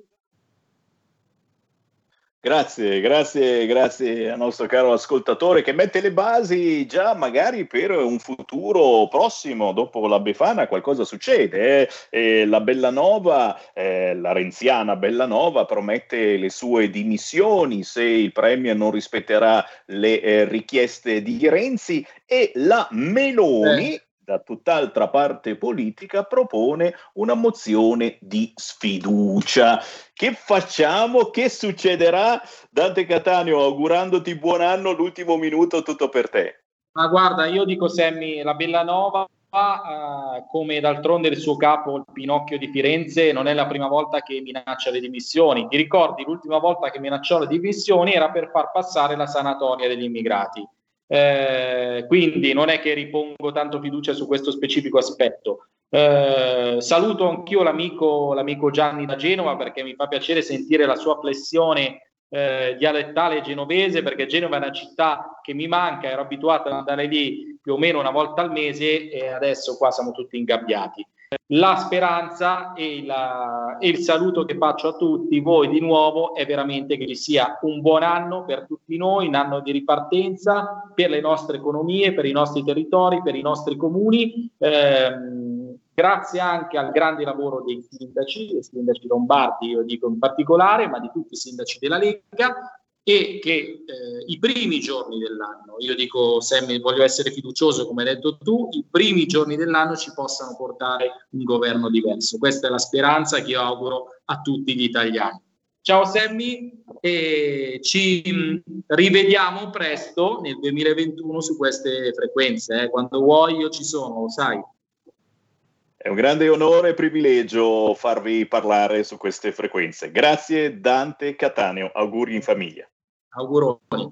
Grazie al nostro caro ascoltatore che mette le basi già magari per un futuro prossimo. Dopo la Befana qualcosa succede. La Bellanova, la renziana Bellanova promette le sue dimissioni se il Premier non rispetterà le richieste di Renzi, e la Meloni da tutt'altra parte politica propone una mozione di sfiducia. Che facciamo? Che succederà? Dante Cattaneo, augurandoti buon anno, l'ultimo minuto tutto per te. Ma guarda, io dico Semmi, la Bellanova, come d'altronde il suo capo, il Pinocchio di Firenze, non è la prima volta che minaccia le dimissioni. Ti ricordi l'ultima volta che minacciò le dimissioni era per far passare la sanatoria degli immigrati. Quindi non è che ripongo tanto fiducia su questo specifico aspetto. Saluto anch'io l'amico Gianni da Genova, perché mi fa piacere sentire la sua flessione dialettale genovese, perché Genova è una città che mi manca, ero abituato ad andare lì più o meno una volta al mese e adesso qua siamo tutti ingabbiati. La speranza e il saluto che faccio a tutti voi di nuovo è veramente che ci sia un buon anno per tutti noi, un anno di ripartenza per le nostre economie, per i nostri territori, per i nostri comuni. Grazie anche al grande lavoro dei sindaci lombardi, io dico in particolare, ma di tutti i sindaci della Lega, e che i primi giorni dell'anno, io dico Sammy, voglio essere fiducioso come hai detto tu, i primi giorni dell'anno ci possano portare un governo diverso. Questa è la speranza che io auguro a tutti gli italiani. Ciao Sammy, e ci rivediamo presto nel 2021 su queste frequenze, quando vuoi io ci sono, lo sai. È un grande onore e privilegio farvi parlare su queste frequenze. Grazie Dante Cattaneo, auguri in famiglia. Auguroni.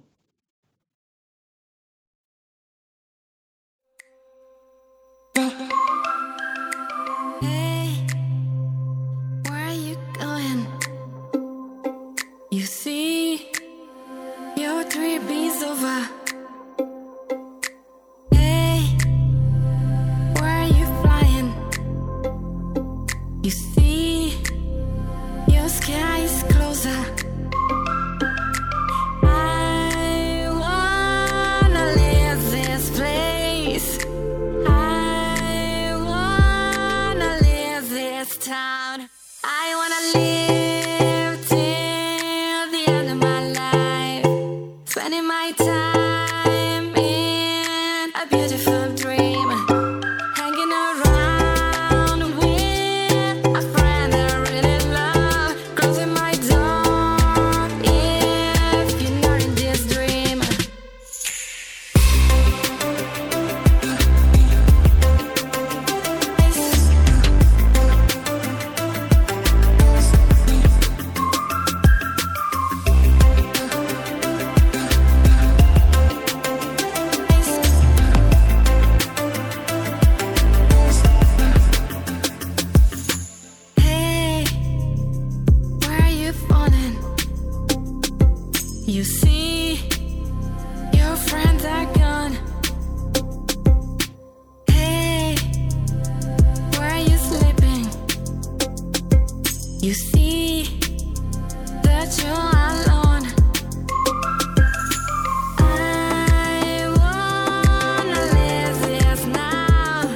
Hey, where are you going? You see, your trip is over. Hey, where are you flying? You see, your sky is closer. I wanna leave this place. I wanna leave this town. I wanna live till the end of my life, spending my time in a beautiful dream, hanging around with a friend that I really love, closing my door if you're not in this dream. Hey, where are you falling? You see, your friends are gone. Hey, where are you sleeping? You see that you're alone. I wanna live this now.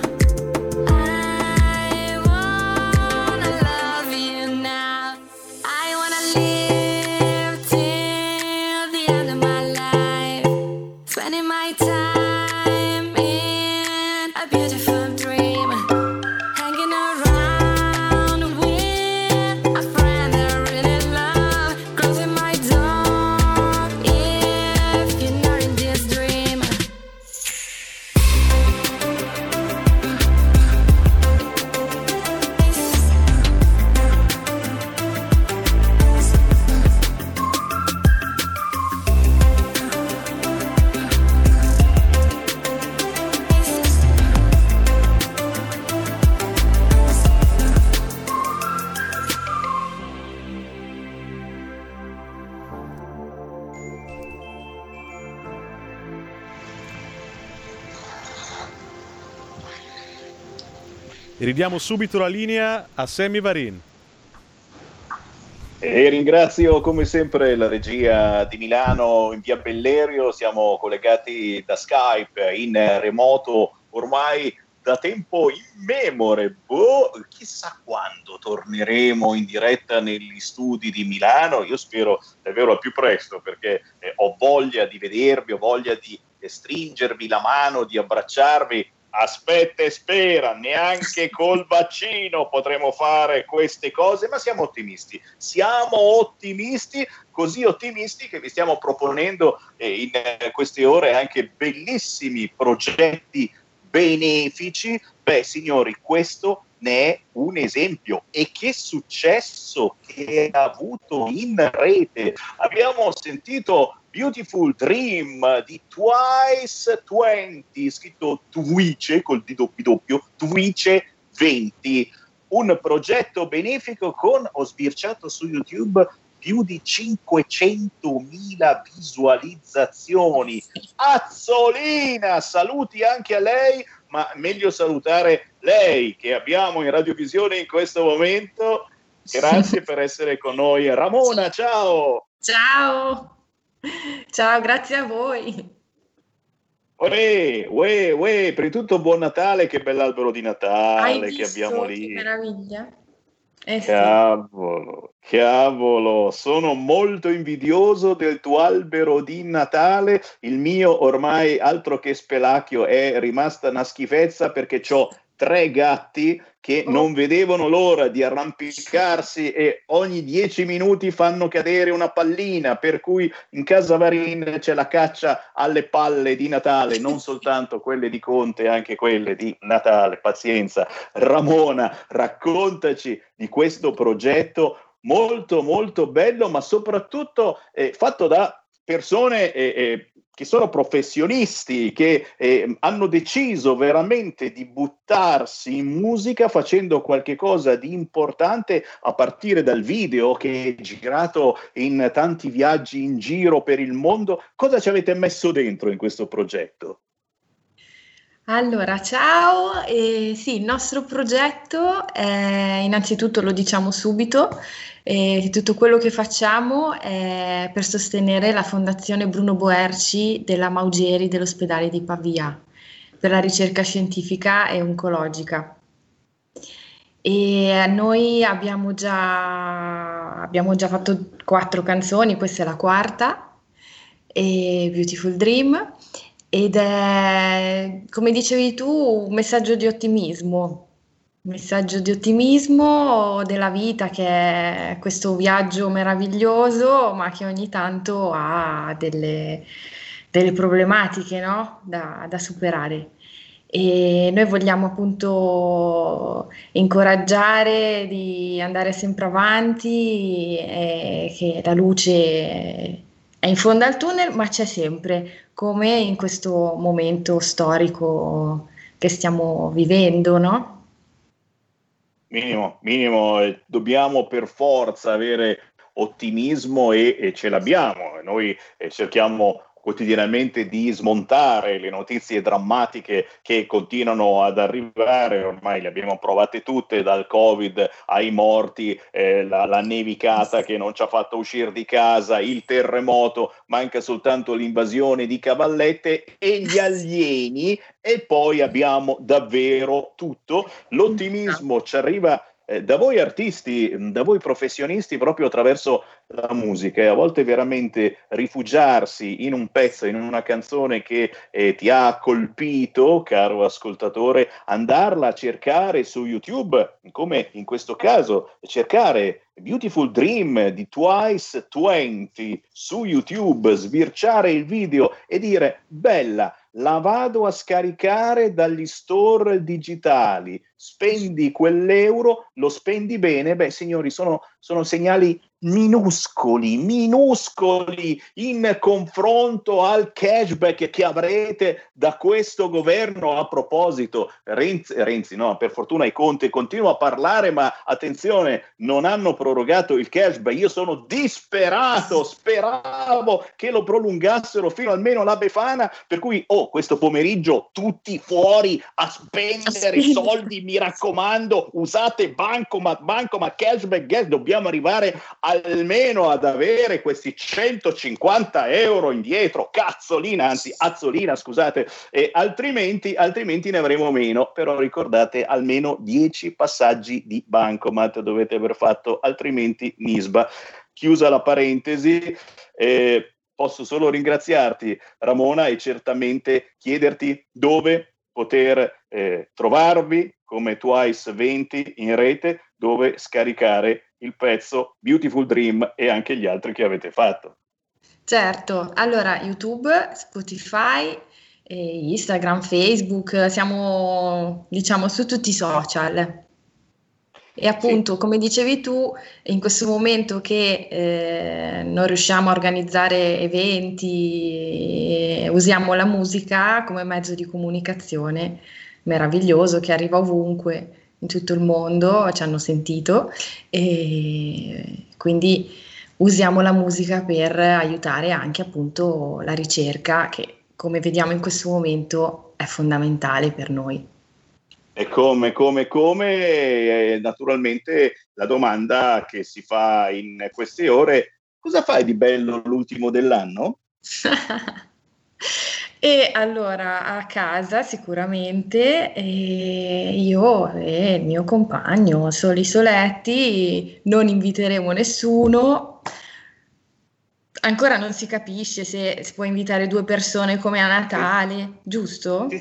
I wanna love you now. I wanna live till the end of my life, spending my time in a beautiful dream, hanging around with a friend that I really love, closing my door if you're not in this dream. E ridiamo subito la linea a Sammy Varin. E ringrazio come sempre la regia di Milano in via Bellerio, siamo collegati da Skype in remoto ormai da tempo immemore, chissà quando torneremo in diretta negli studi di Milano, io spero davvero al più presto perché ho voglia di vedervi, ho voglia di stringervi la mano, di abbracciarvi. Aspetta e spera, neanche col vaccino potremo fare queste cose, ma siamo ottimisti, così ottimisti che vi stiamo proponendo in queste ore anche bellissimi progetti benefici. Beh, signori, questo ne è un esempio. E che successo che ha avuto in rete! Abbiamo sentito Beautiful Dream di Twice 20, scritto Twice col doppio, Twice 20, un progetto benefico con, ho sbirciato su YouTube, più di 500.000 visualizzazioni. Azzolina, saluti anche a lei, ma meglio salutare lei che abbiamo in radiovisione in questo momento. Grazie per essere con noi. Ramona, ciao! Ciao! Ciao, grazie a voi. Prima di tutto buon Natale, che bell'albero di Natale che abbiamo lì. Che meraviglia. Cavolo, sono molto invidioso del tuo albero di Natale. Il mio ormai altro che spelacchio, è rimasta una schifezza perché c'ho 3 gatti che non vedevano l'ora di arrampicarsi e ogni 10 minuti fanno cadere una pallina, per cui in casa Varin c'è la caccia alle palle di Natale, non soltanto quelle di Conte, anche quelle di Natale. Pazienza. Ramona, raccontaci di questo progetto molto molto bello, ma soprattutto fatto da persone che sono professionisti, che hanno deciso veramente di buttarsi in musica facendo qualche cosa di importante, a partire dal video che è girato in tanti viaggi in giro per il mondo. Cosa ci avete messo dentro in questo progetto? Allora, ciao, sì, il nostro progetto è, innanzitutto lo diciamo subito, tutto quello che facciamo è per sostenere la Fondazione Bruno Boerci della Maugeri dell'ospedale di Pavia per la ricerca scientifica e oncologica. E noi abbiamo già fatto 4 canzoni, questa è la quarta, Beautiful Dream. Ed è, come dicevi tu, un messaggio di ottimismo della vita, che è questo viaggio meraviglioso, ma che ogni tanto ha delle problematiche, no? da superare. E noi vogliamo appunto incoraggiare di andare sempre avanti, che la luce è in fondo al tunnel, ma c'è sempre, come in questo momento storico che stiamo vivendo, no? Minimo, dobbiamo per forza avere ottimismo e ce l'abbiamo. Noi cerchiamo quotidianamente di smontare le notizie drammatiche che continuano ad arrivare, ormai le abbiamo provate tutte, dal Covid ai morti, la nevicata che non ci ha fatto uscire di casa, il terremoto, manca soltanto l'invasione di cavallette e gli alieni, e poi abbiamo davvero tutto. L'ottimismo ci arriva da voi artisti, da voi professionisti, proprio attraverso la musica, e a volte veramente rifugiarsi in un pezzo, in una canzone che ti ha colpito, caro ascoltatore, andarla a cercare su YouTube, come in questo caso cercare Beautiful Dream di Twice 20 su YouTube, sbirciare il video e dire: bella, la vado a scaricare dagli store digitali, spendi quell'euro, lo spendi bene. Beh, signori, sono segnali minuscoli in confronto al cashback che avrete da questo governo. A proposito, Renzi no, per fortuna i Conte continua a parlare, ma attenzione, non hanno prorogato il cashback. Io sono disperato, speravo che lo prolungassero fino almeno alla Befana, per cui questo pomeriggio tutti fuori a spendere soldi, mi raccomando, usate Bancomat, cashback, dobbiamo arrivare almeno ad avere questi 150 euro indietro, azzolina, scusate, altrimenti ne avremo meno. Però ricordate, almeno 10 passaggi di Bancomat dovete aver fatto, altrimenti Nisba. Chiusa la parentesi, posso solo ringraziarti, Ramona, e certamente chiederti dove poter trovarvi come Twice 20 in rete, dove scaricare il pezzo Beautiful Dream e anche gli altri che avete fatto. Certo, allora YouTube, Spotify, Instagram, Facebook, siamo diciamo su tutti i social. E appunto, sì, come dicevi tu, in questo momento che non riusciamo a organizzare eventi, usiamo la musica come mezzo di comunicazione meraviglioso che arriva ovunque in tutto il mondo, ci hanno sentito, e quindi usiamo la musica per aiutare anche appunto la ricerca, che come vediamo in questo momento è fondamentale per noi. E come naturalmente la domanda che si fa in queste ore: cosa fai di bello l'ultimo dell'anno? E allora a casa sicuramente, io e il mio compagno, soli soletti, non inviteremo nessuno. Ancora non si capisce se si può invitare 2 persone come a Natale, giusto?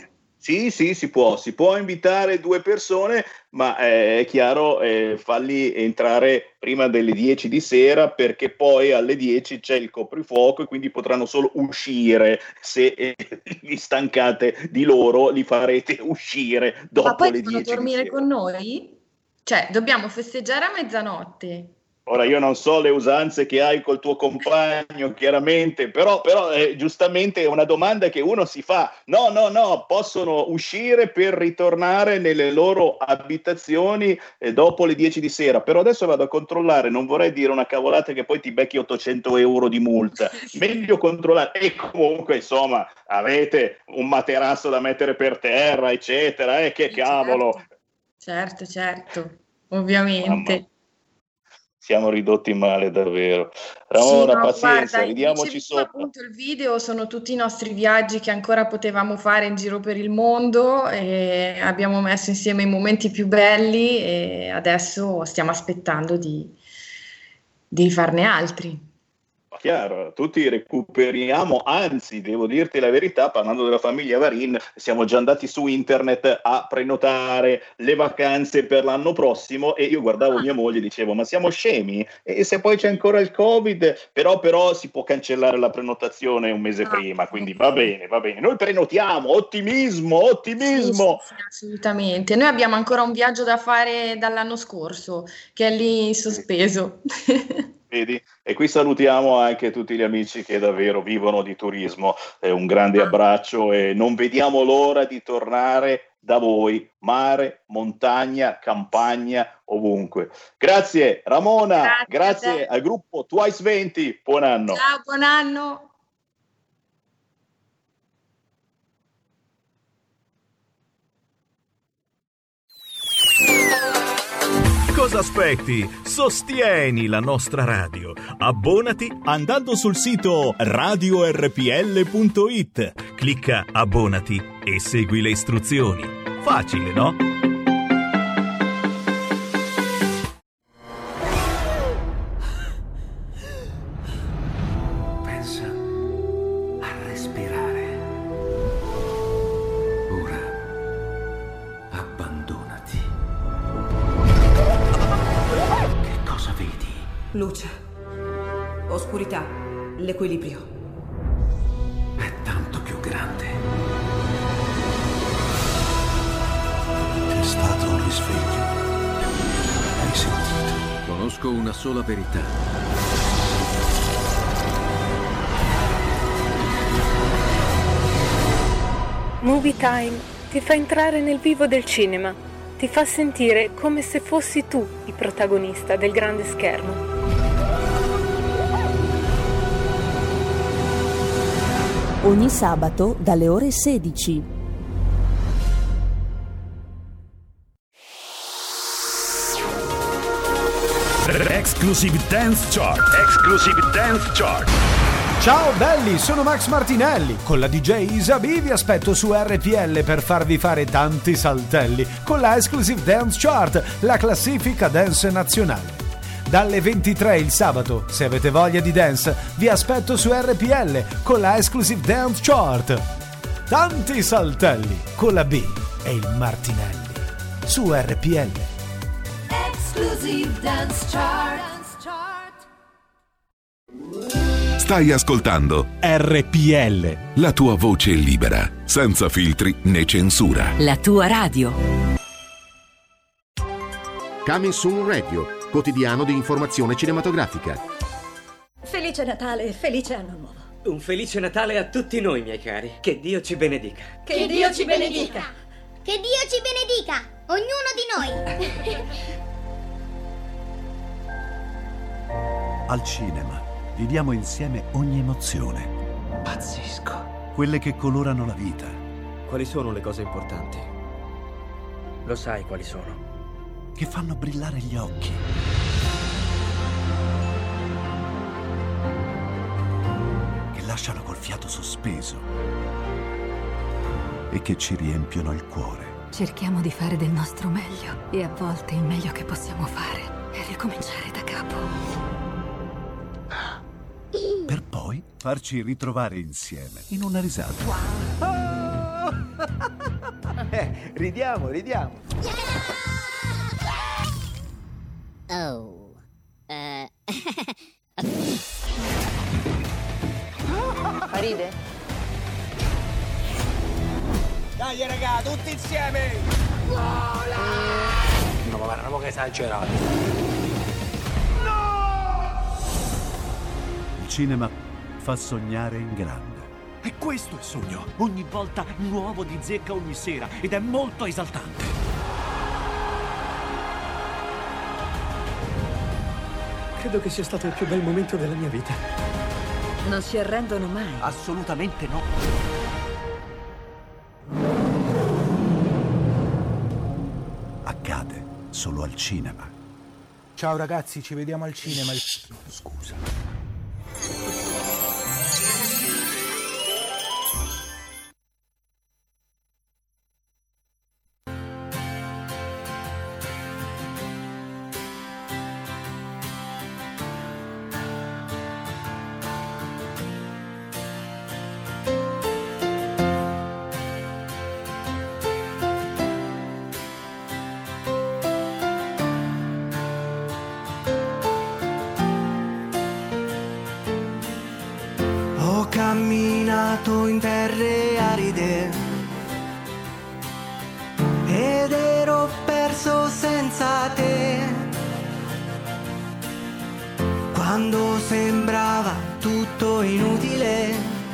Sì, si può invitare 2 persone, ma è chiaro, falli entrare prima delle 10 di sera, perché poi alle 10 c'è il coprifuoco e quindi potranno solo uscire. Se vi stancate di loro, li farete uscire dopo le 10 di sera. Ma poi devono dormire con noi? Cioè, dobbiamo festeggiare a mezzanotte. Ora io non so le usanze che hai col tuo compagno, chiaramente, però giustamente è una domanda che uno si fa. No, possono uscire per ritornare nelle loro abitazioni dopo le 10 di sera, però adesso vado a controllare, non vorrei dire una cavolata che poi ti becchi 800 euro di multa. Meglio controllare. E comunque, insomma, avete un materasso da mettere per terra, eccetera, che cavolo. Certo, ovviamente. Mamma. Siamo ridotti male davvero. Ramona, sì, pazienza, guarda, ridiamoci sopra. Appunto il video sono tutti i nostri viaggi che ancora potevamo fare in giro per il mondo, e abbiamo messo insieme i momenti più belli e adesso stiamo aspettando di farne altri. Chiaro, tutti recuperiamo, anzi devo dirti la verità, parlando della famiglia Varin, siamo già andati su internet a prenotare le vacanze per l'anno prossimo, e io guardavo mia moglie e dicevo: ma siamo scemi? E se poi c'è ancora il Covid? Però si può cancellare la prenotazione un mese prima, quindi va bene, noi prenotiamo, ottimismo. Sì, assolutamente. Noi abbiamo ancora un viaggio da fare dall'anno scorso che è lì in sospeso. Vedi? E qui salutiamo anche tutti gli amici che davvero vivono di turismo, un grande abbraccio e non vediamo l'ora di tornare da voi, mare, montagna, campagna, ovunque. Grazie Ramona, grazie al gruppo Twice 20, buon anno. Ciao, buon anno. Cosa aspetti? Sostieni la nostra radio. Abbonati andando sul sito radiorpl.it. Clicca abbonati e segui le istruzioni. Facile, no? Pensa a respirare. Ora abbandonati. Che cosa vedi? Luce, oscurità, l'equilibrio. È tanto più grande. C'è stato un risveglio. Hai sentito? Conosco una sola verità. Movie Time ti fa entrare nel vivo del cinema, ti fa sentire come se fossi tu il protagonista del grande schermo. Ogni sabato dalle ore 16. Exclusive Dance Chart. Ciao belli, sono Max Martinelli. Con la DJ Isa B vi aspetto su RPL per farvi fare tanti saltelli con la Exclusive Dance Chart, la classifica dance nazionale. Dalle 23 il sabato, se avete voglia di dance, vi aspetto su RPL con la Exclusive Dance Chart. Tanti saltelli con la B e il Martinelli su RPL. Exclusive Dance Chart. Stai ascoltando RPL, la tua voce libera, senza filtri né censura. La tua radio. Coming Soon Radio, quotidiano di informazione cinematografica. Felice Natale e felice anno nuovo. Un felice Natale a tutti noi, miei cari. Che Dio ci benedica. Che Dio ci benedica. Che Dio ci benedica, ognuno di noi. Al cinema viviamo insieme ogni emozione. Pazzesco. Quelle che colorano la vita. Quali sono le cose importanti? Lo sai quali sono? Che fanno brillare gli occhi. Che lasciano col fiato sospeso. E che ci riempiono il cuore. Cerchiamo di fare del nostro meglio e a volte il meglio che possiamo fare è ricominciare da capo. Per poi farci ritrovare insieme in una risata. Ridiamo. Oh. Ride? Dai raga, tutti insieme! Vola! No, ma guarda, che esagerato. Il cinema fa sognare in grande. E questo è il sogno. Ogni volta nuovo di zecca ogni sera. Ed è molto esaltante. Credo che sia stato il più bel momento della mia vita. Non si arrendono mai. Assolutamente no. Accade solo al cinema. Ciao ragazzi, ci vediamo al cinema. Scusa. Ho camminato in terre aride ed ero perso senza te. Quando sembrava tutto inutile,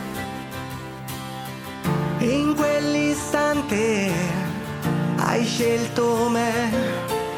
in quell'istante hai scelto me.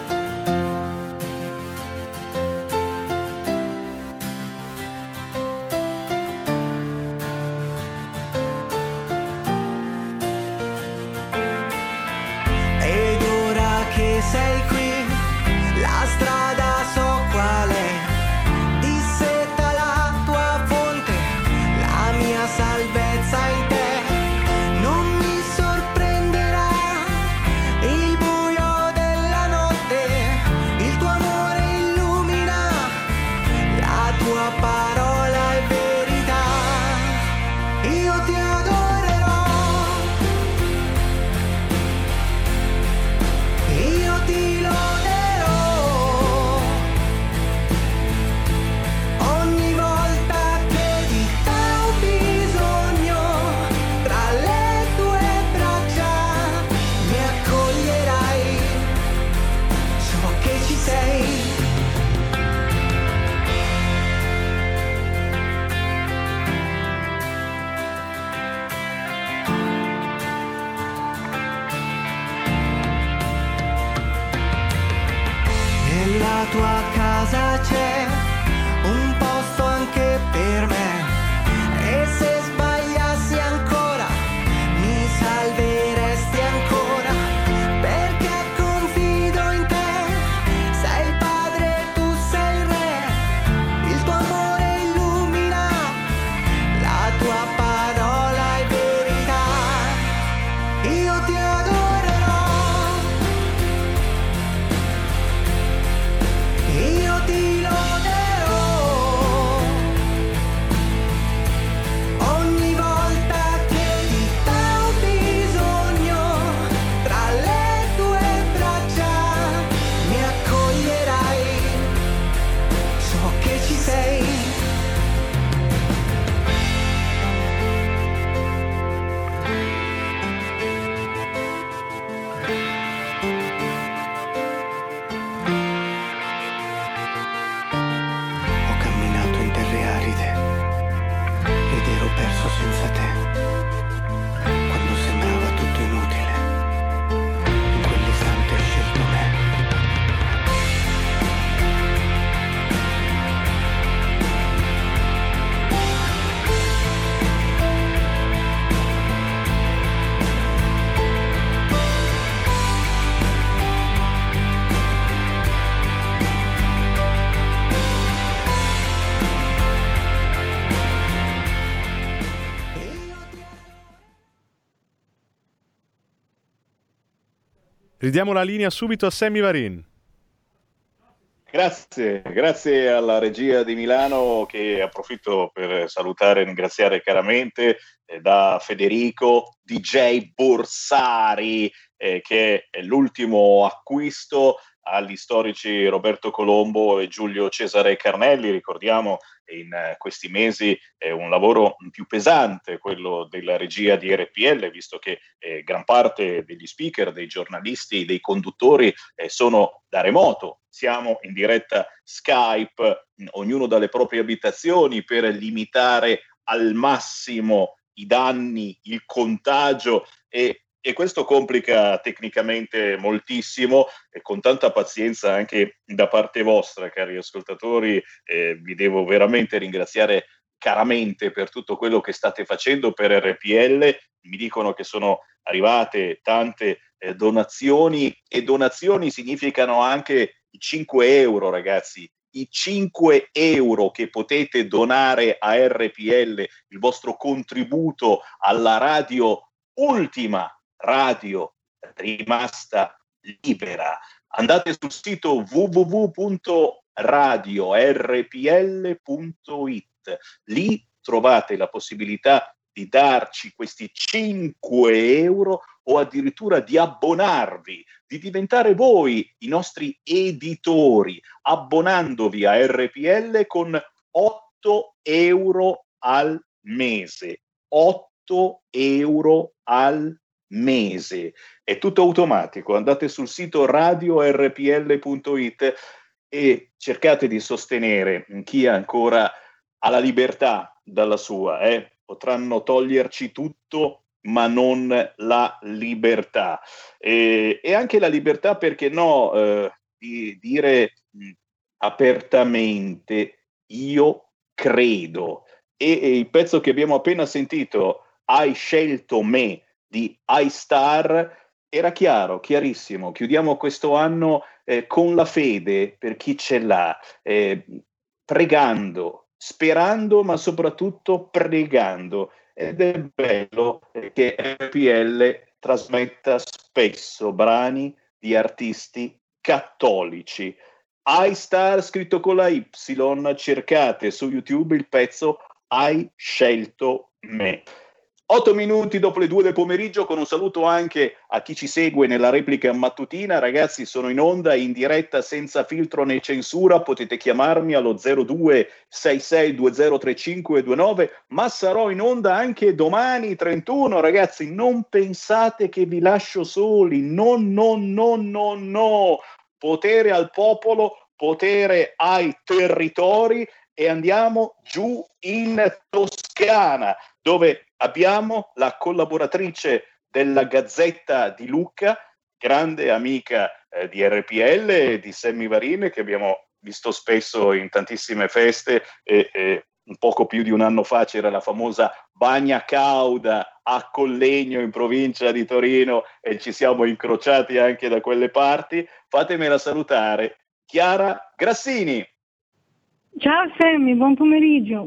Ed ora che sei qui, la strada so qual è. Dissetta la tua fonte, la mia salvezza in te. Non mi sorprenderà il buio della notte, il tuo amore illumina, la tua parola è verità. Io ti adorerò, io ti loderò, ogni volta che di te ho bisogno, tra le tue braccia mi accoglierai, so che ci sei. Nella tua casa c'è un posto anche per me, e se sbagliassi ancora mi salveresti ancora, perché confido in te. Sei il padre, tu sei il re, il tuo amore illumina, la tua parola è verità. Io ti adorerò, io ti loderò, ogni volta che di te ho bisogno, tra le tue braccia mi accoglierai, so che ci sei. Ho camminato in terre aride ed ero perso senza te. Quando sembrava tutto inutile, in quell'istante hai scelto me. Ridiamo la linea subito a Sammy Varin. Grazie alla regia di Milano, che approfitto per salutare e ringraziare caramente, da Federico, DJ Borsari, che è l'ultimo acquisto agli storici Roberto Colombo e Giulio Cesare Carnelli. Ricordiamo in questi mesi un lavoro più pesante, quello della regia di RPL, visto che gran parte degli speaker, dei giornalisti, dei conduttori sono da remoto. Siamo in diretta Skype, ognuno dalle proprie abitazioni, per limitare al massimo i danni, il contagio, e questo complica tecnicamente moltissimo, e con tanta pazienza anche da parte vostra, cari ascoltatori. Vi devo veramente ringraziare caramente per tutto quello che state facendo per RPL. Mi dicono che sono arrivate tante donazioni, e donazioni significano anche i 5 euro, ragazzi. I 5 euro che potete donare a RPL, il vostro contributo alla radio, ultima radio rimasta libera. Andate sul sito www.radiorpl.it, lì trovate la possibilità di darci questi 5 euro, o addirittura di abbonarvi, di diventare voi i nostri editori, abbonandovi a RPL con 8 euro al mese. 8 euro al mese. È tutto automatico. Andate sul sito radiorpl.it e cercate di sostenere chi ancora ha la libertà dalla sua. Potranno toglierci tutto, ma non la libertà. E anche la libertà, perché no, di dire apertamente io credo. E il pezzo che abbiamo appena sentito, Hai scelto me, di iStar, era chiaro, chiarissimo. Chiudiamo questo anno con la fede per chi ce l'ha, pregando, sperando, ma soprattutto pregando. Ed è bello che RPL trasmetta spesso brani di artisti cattolici. iStar scritto con la Y, cercate su YouTube il pezzo Hai scelto me. 8 minuti dopo le 2 del pomeriggio, con un saluto anche a chi ci segue nella replica mattutina. Ragazzi, sono in onda, in diretta, senza filtro né censura. Potete chiamarmi allo 0266203529, ma sarò in onda anche domani 31. Ragazzi, non pensate che vi lascio soli. No. Potere al popolo, potere ai territori, e andiamo giù in Toscana, dove abbiamo la collaboratrice della Gazzetta di Lucca, grande amica di RPL, di Sammy Varin, che abbiamo visto spesso in tantissime feste, e un poco più di un anno fa c'era la famosa Bagna Cauda a Collegno, in provincia di Torino, e ci siamo incrociati anche da quelle parti. Fatemela salutare, Chiara Grassini. Ciao Sammy, buon pomeriggio.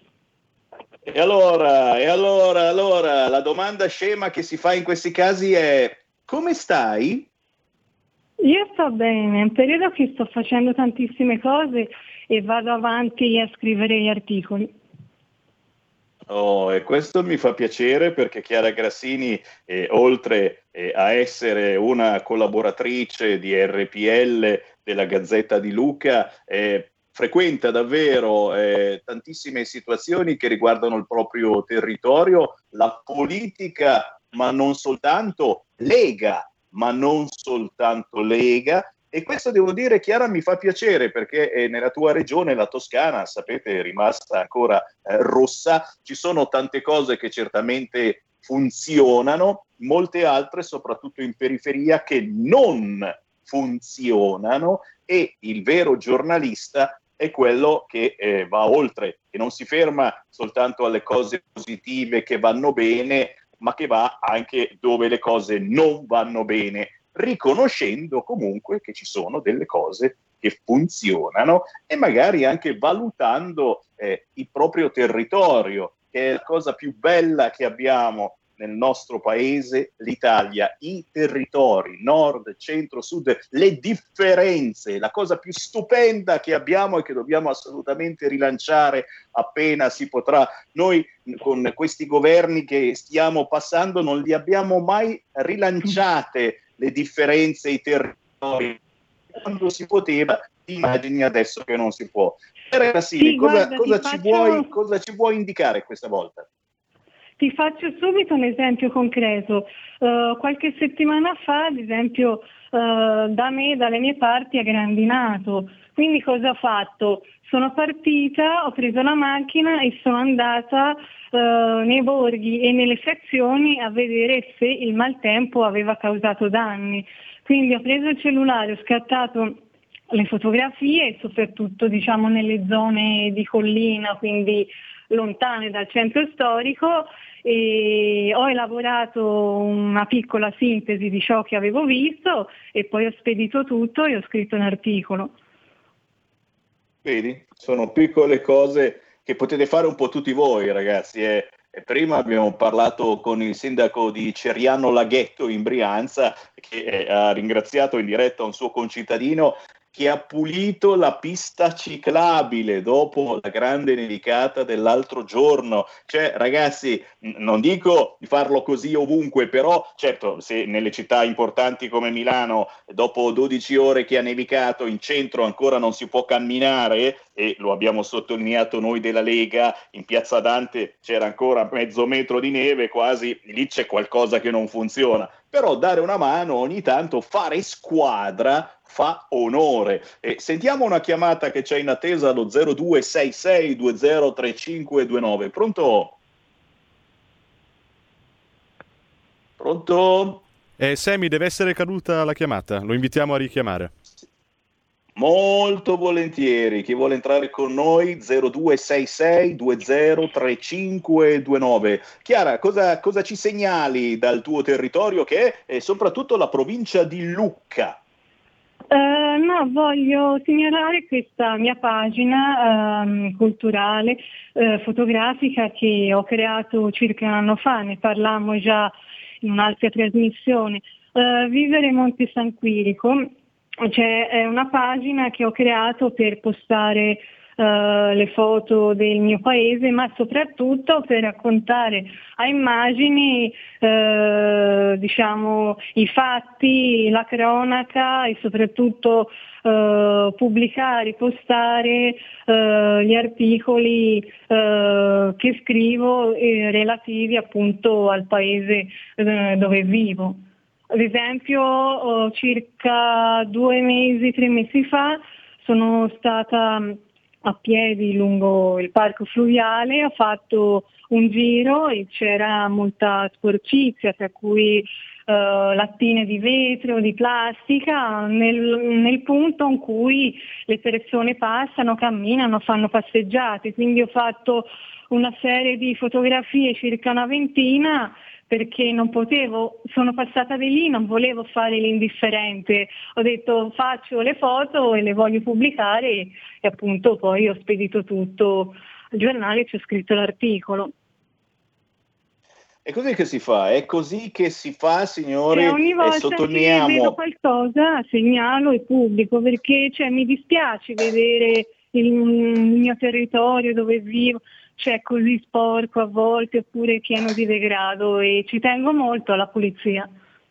E allora, la domanda scema che si fa in questi casi è: come stai? Io sto bene, è un periodo che sto facendo tantissime cose e vado avanti a scrivere gli articoli. Oh, e questo mi fa piacere, perché Chiara Grassini, oltre a essere una collaboratrice di RPL, della Gazzetta di Lucca, frequenta davvero tantissime situazioni che riguardano il proprio territorio, la politica, ma non soltanto, Lega, ma non soltanto Lega. E questo, devo dire, Chiara, mi fa piacere, perché nella tua regione, la Toscana, sapete, è rimasta ancora rossa. Ci sono tante cose che certamente funzionano, molte altre, soprattutto in periferia, che non funzionano, e il vero giornalista è quello che va oltre, che non si ferma soltanto alle cose positive che vanno bene, ma che va anche dove le cose non vanno bene, riconoscendo comunque che ci sono delle cose che funzionano, e magari anche valutando il proprio territorio, che è la cosa più bella che abbiamo nel nostro paese, l'Italia, i territori, nord, centro, sud, le differenze, la cosa più stupenda che abbiamo e che dobbiamo assolutamente rilanciare appena si potrà. Noi con questi governi che stiamo passando non li abbiamo mai rilanciate le differenze, i territori, quando si poteva, immagini adesso che non si può. Ragazzini, Sì, cosa guarda, cosa ci vuoi indicare questa volta? Ti faccio subito un esempio concreto. Qualche settimana fa, ad esempio, dalle mie parti è grandinato. Quindi cosa ho fatto? Sono partita, ho preso la macchina e sono andata nei borghi e nelle frazioni a vedere se il maltempo aveva causato danni. Quindi ho preso il cellulare, ho scattato le fotografie, soprattutto diciamo nelle zone di collina, quindi lontane dal centro storico, e ho elaborato una piccola sintesi di ciò che avevo visto e poi ho spedito tutto e ho scritto un articolo. Vedi? Sono piccole cose che potete fare un po' tutti voi, ragazzi. E prima abbiamo parlato con il sindaco di Ceriano Laghetto in Brianza, che ha ringraziato in diretta un suo concittadino che ha pulito la pista ciclabile dopo la grande nevicata dell'altro giorno. Cioè, ragazzi, non dico di farlo così ovunque, però certo, se nelle città importanti come Milano, dopo 12 ore che ha nevicato, in centro ancora non si può camminare, e lo abbiamo sottolineato noi della Lega, in Piazza Dante c'era ancora mezzo metro di neve, quasi, lì c'è qualcosa che non funziona. Però dare una mano ogni tanto, fare squadra, fa onore. E sentiamo una chiamata che c'è in attesa allo 0266203529. Pronto? Pronto? Sammy, deve essere caduta la chiamata, lo invitiamo a richiamare. Molto volentieri. Chi vuole entrare con noi? 0266203529. Chiara, cosa ci segnali dal tuo territorio, che è soprattutto la provincia di Lucca? No, voglio segnalare questa mia pagina culturale, fotografica, che ho creato circa un anno fa, ne parlammo già in un'altra trasmissione. Vivere Monte San Quirico, cioè è una pagina che ho creato per postare le foto del mio paese, ma soprattutto per raccontare a immagini diciamo i fatti, la cronaca, e soprattutto pubblicare, postare gli articoli che scrivo relativi appunto al paese dove vivo. Ad esempio, circa 2 mesi, 3 mesi fa sono stata a piedi lungo il parco fluviale, ho fatto un giro e c'era molta sporcizia, tra cui lattine di vetro, di plastica, nel punto in cui le persone passano, camminano, fanno passeggiate. Quindi ho fatto una serie di fotografie, circa una ventina, perché non potevo, sono passata di lì, non volevo fare l'indifferente, ho detto faccio le foto e le voglio pubblicare, e appunto poi ho spedito tutto al giornale e ci ho scritto l'articolo. È così che si fa, è così che si fa, signori. Cioè, ogni volta sottolineiamo... che vedo qualcosa segnalo e pubblico, perché mi dispiace vedere il mio territorio dove vivo così sporco a volte, oppure pieno di degrado, e ci tengo molto alla pulizia.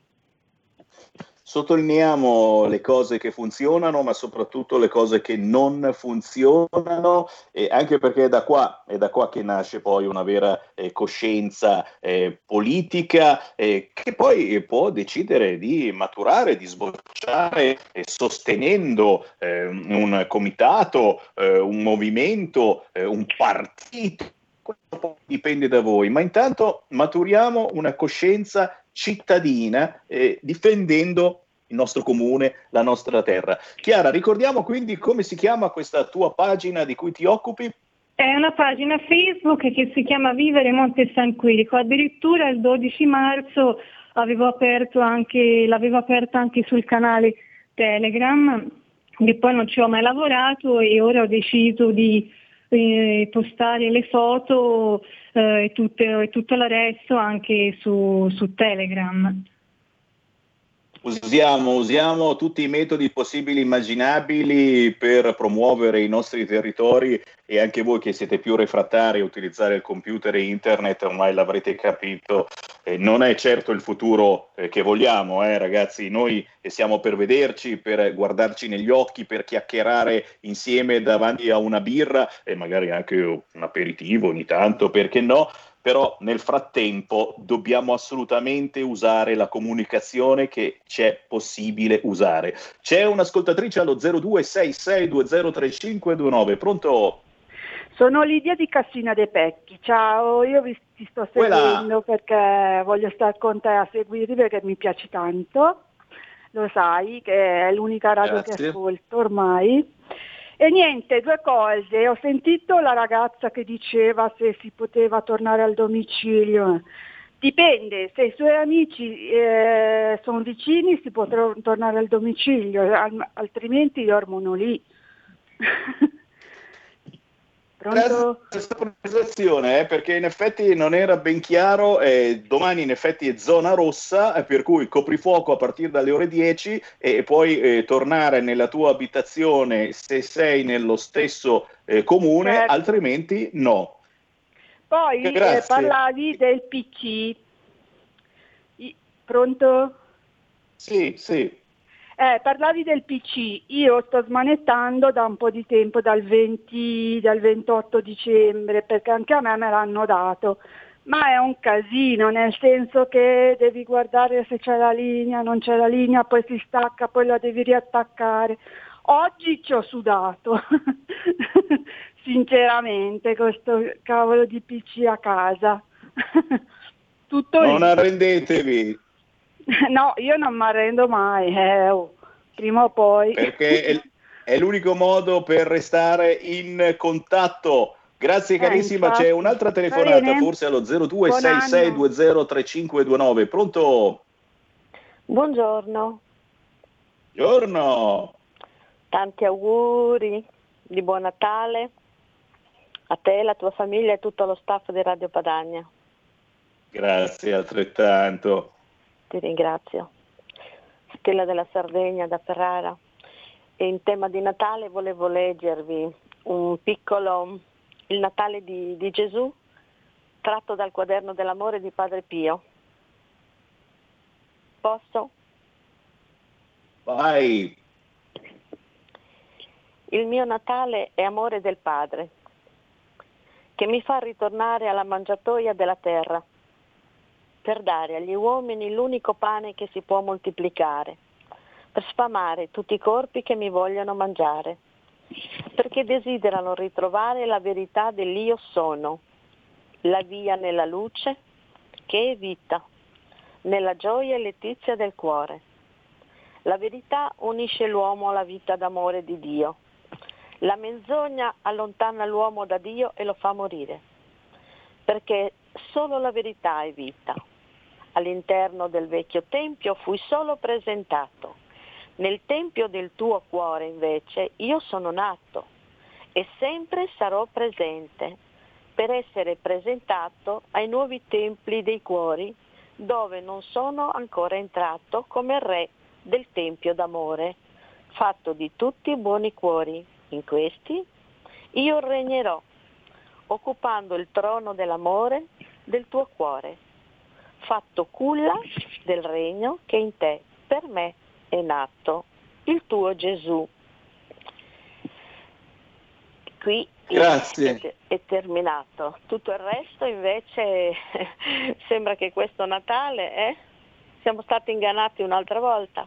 Sottolineiamo le cose che funzionano, ma soprattutto le cose che non funzionano, e anche perché è da qua che nasce poi una vera coscienza politica, che poi può decidere di maturare, di sbocciare, sostenendo un comitato, un movimento, un partito. Questo poi dipende da voi, ma intanto maturiamo una coscienza cittadina, difendendo il nostro comune, la nostra terra. Chiara, ricordiamo quindi come si chiama questa tua pagina di cui ti occupi? È una pagina Facebook che si chiama Vivere Monte San Quirico. Addirittura il 12 marzo l'avevo aperta anche sul canale Telegram, che poi non ci ho mai lavorato, e ora ho deciso di postare le foto e tutto il resto anche su Telegram. Usiamo tutti i metodi possibili e immaginabili per promuovere i nostri territori e anche voi che siete più refrattari a utilizzare il computer e internet, ormai l'avrete capito, non è certo il futuro che vogliamo, ragazzi. Noi siamo per vederci, per guardarci negli occhi, per chiacchierare insieme davanti a una birra e magari anche un aperitivo ogni tanto, perché no? Però nel frattempo dobbiamo assolutamente usare la comunicazione che c'è possibile usare. C'è un'ascoltatrice allo 0266203529, pronto? Sono Lidia di Cassina dei Pecchi, ciao, io ti sto seguendo perché voglio stare con te a seguirti perché mi piaci tanto, lo sai che è l'unica radio che ascolto ormai. E niente, due cose, ho sentito la ragazza che diceva se si poteva tornare al domicilio, dipende, se i suoi amici sono vicini si potrà tornare al domicilio, altrimenti dormono lì. Grazie per questa precisazione, perché in effetti non era ben chiaro, domani in effetti è zona rossa, per cui coprifuoco a partire dalle ore 10 e puoi tornare nella tua abitazione se sei nello stesso comune, certo. Altrimenti no. Poi parlavi del PC. Pronto? Sì, sì. Parlavi del PC, io sto smanettando da un po' di tempo, dal 28 dicembre, perché anche a me l'hanno dato, ma è un casino, nel senso che devi guardare se c'è la linea, non c'è la linea, poi si stacca, poi la devi riattaccare. Oggi ci ho sudato, sinceramente, questo cavolo di PC a casa. Tutto non arrendetevi. No, io non mi arrendo mai, prima o poi. Perché è l'unico modo per restare in contatto. Grazie carissima, infatti. C'è un'altra telefonata, forse allo 0266203529. Pronto? Buongiorno. Buongiorno. Tanti auguri di buon Natale a te, la tua famiglia e tutto lo staff di Radio Padania. Grazie, altrettanto. Ti ringrazio. Stella della Sardegna da Ferrara. E in tema di Natale volevo leggervi un piccolo Il Natale di Gesù, tratto dal Quaderno dell'amore di Padre Pio. Posso? Vai. Il mio Natale è amore del Padre, che mi fa ritornare alla mangiatoia della terra, per dare agli uomini l'unico pane che si può moltiplicare, per sfamare tutti i corpi che mi vogliono mangiare, perché desiderano ritrovare la verità dell'Io sono, la via nella luce che è vita, nella gioia e letizia del cuore. La verità unisce l'uomo alla vita d'amore di Dio. La menzogna allontana l'uomo da Dio e lo fa morire, perché solo la verità è vita. All'interno del vecchio tempio fui solo presentato. Nel tempio del tuo cuore invece io sono nato e sempre sarò presente per essere presentato ai nuovi templi dei cuori dove non sono ancora entrato come re del tempio d'amore, fatto di tutti i buoni cuori. In questi io regnerò, occupando il trono dell'amore del tuo cuore, fatto culla del regno che in te per me è nato, il tuo Gesù. Qui grazie. È terminato. Tutto il resto invece sembra che questo Natale siamo stati ingannati un'altra volta.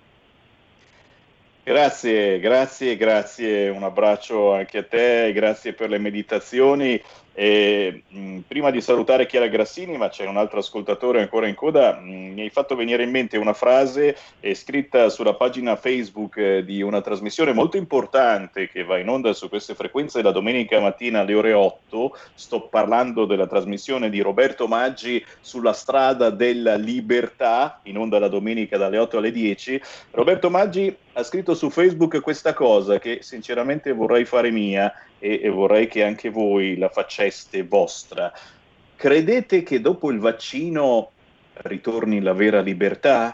Grazie, un abbraccio anche a te, grazie per le meditazioni. E, prima di salutare Chiara Grassini, ma c'è un altro ascoltatore ancora in coda, mi hai fatto venire in mente una frase scritta sulla pagina Facebook di una trasmissione molto importante che va in onda su queste frequenze la domenica mattina alle ore 8. Sto parlando della trasmissione di Roberto Maggi sulla strada della libertà, in onda la domenica dalle 8 alle 10. Roberto Maggi ha scritto su Facebook questa cosa che sinceramente vorrei fare mia e vorrei che anche voi la faceste vostra. Credete che dopo il vaccino ritorni la vera libertà?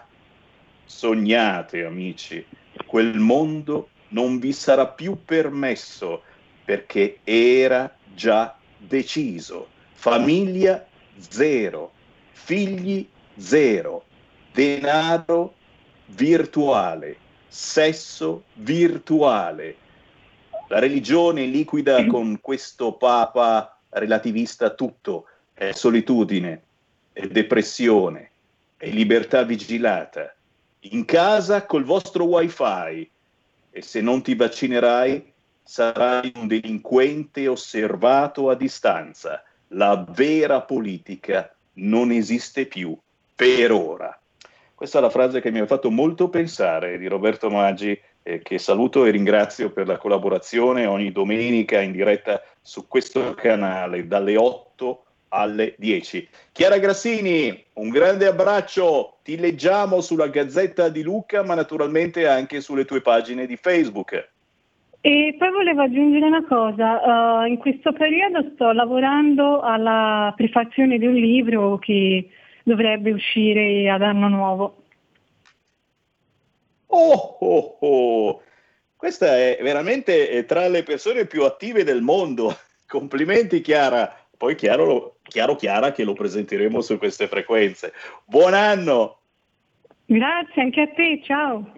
Sognate, amici, quel mondo non vi sarà più permesso perché era già deciso. Famiglia zero, figli zero, denaro virtuale, sesso virtuale. La religione liquida con questo Papa relativista tutto, è solitudine, è depressione, è libertà vigilata. In casa col vostro wifi, e se non ti vaccinerai sarai un delinquente osservato a distanza. La vera politica non esiste più per ora. Questa è la frase che mi ha fatto molto pensare, di Roberto Maggi, che saluto e ringrazio per la collaborazione ogni domenica in diretta su questo canale dalle 8 alle 10. Chiara Grassini, un grande abbraccio, ti leggiamo sulla Gazzetta di Lucca, ma naturalmente anche sulle tue pagine di Facebook. E poi volevo aggiungere una cosa, in questo periodo sto lavorando alla prefazione di un libro che dovrebbe uscire ad anno nuovo. Questa è veramente tra le persone più attive del mondo. Complimenti Chiara. Poi chiaro Chiara che lo presenteremo su queste frequenze. Buon anno! Grazie, anche a te, ciao!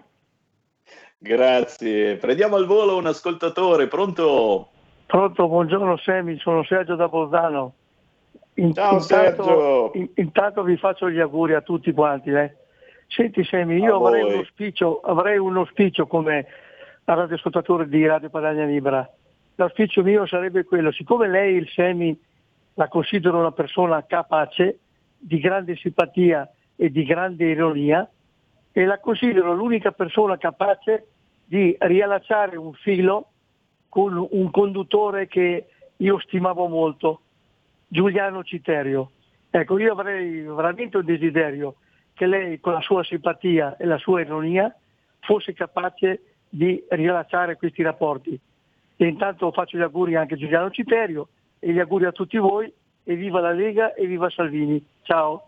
Grazie. Prendiamo al volo un ascoltatore, pronto? Pronto, buongiorno Semi, sono Sergio da Bolzano. Ciao Sergio! Intanto vi faccio gli auguri a tutti quanti. Senti Semi, io avrei uno spiccio come radioascoltatore di Radio Padania Libera. L'auspicio mio sarebbe quello, siccome lei, il Semi, la considero una persona capace, di grande simpatia e di grande ironia, e la considero l'unica persona capace di riallacciare un filo con un conduttore che io stimavo molto, Giuliano Citerio. Ecco, io avrei veramente un desiderio che lei, con la sua simpatia e la sua ironia, fosse capace di riallacciare questi rapporti. E intanto faccio gli auguri anche a Giuliano Citerio e gli auguri a tutti voi, e viva la Lega e viva Salvini. Ciao!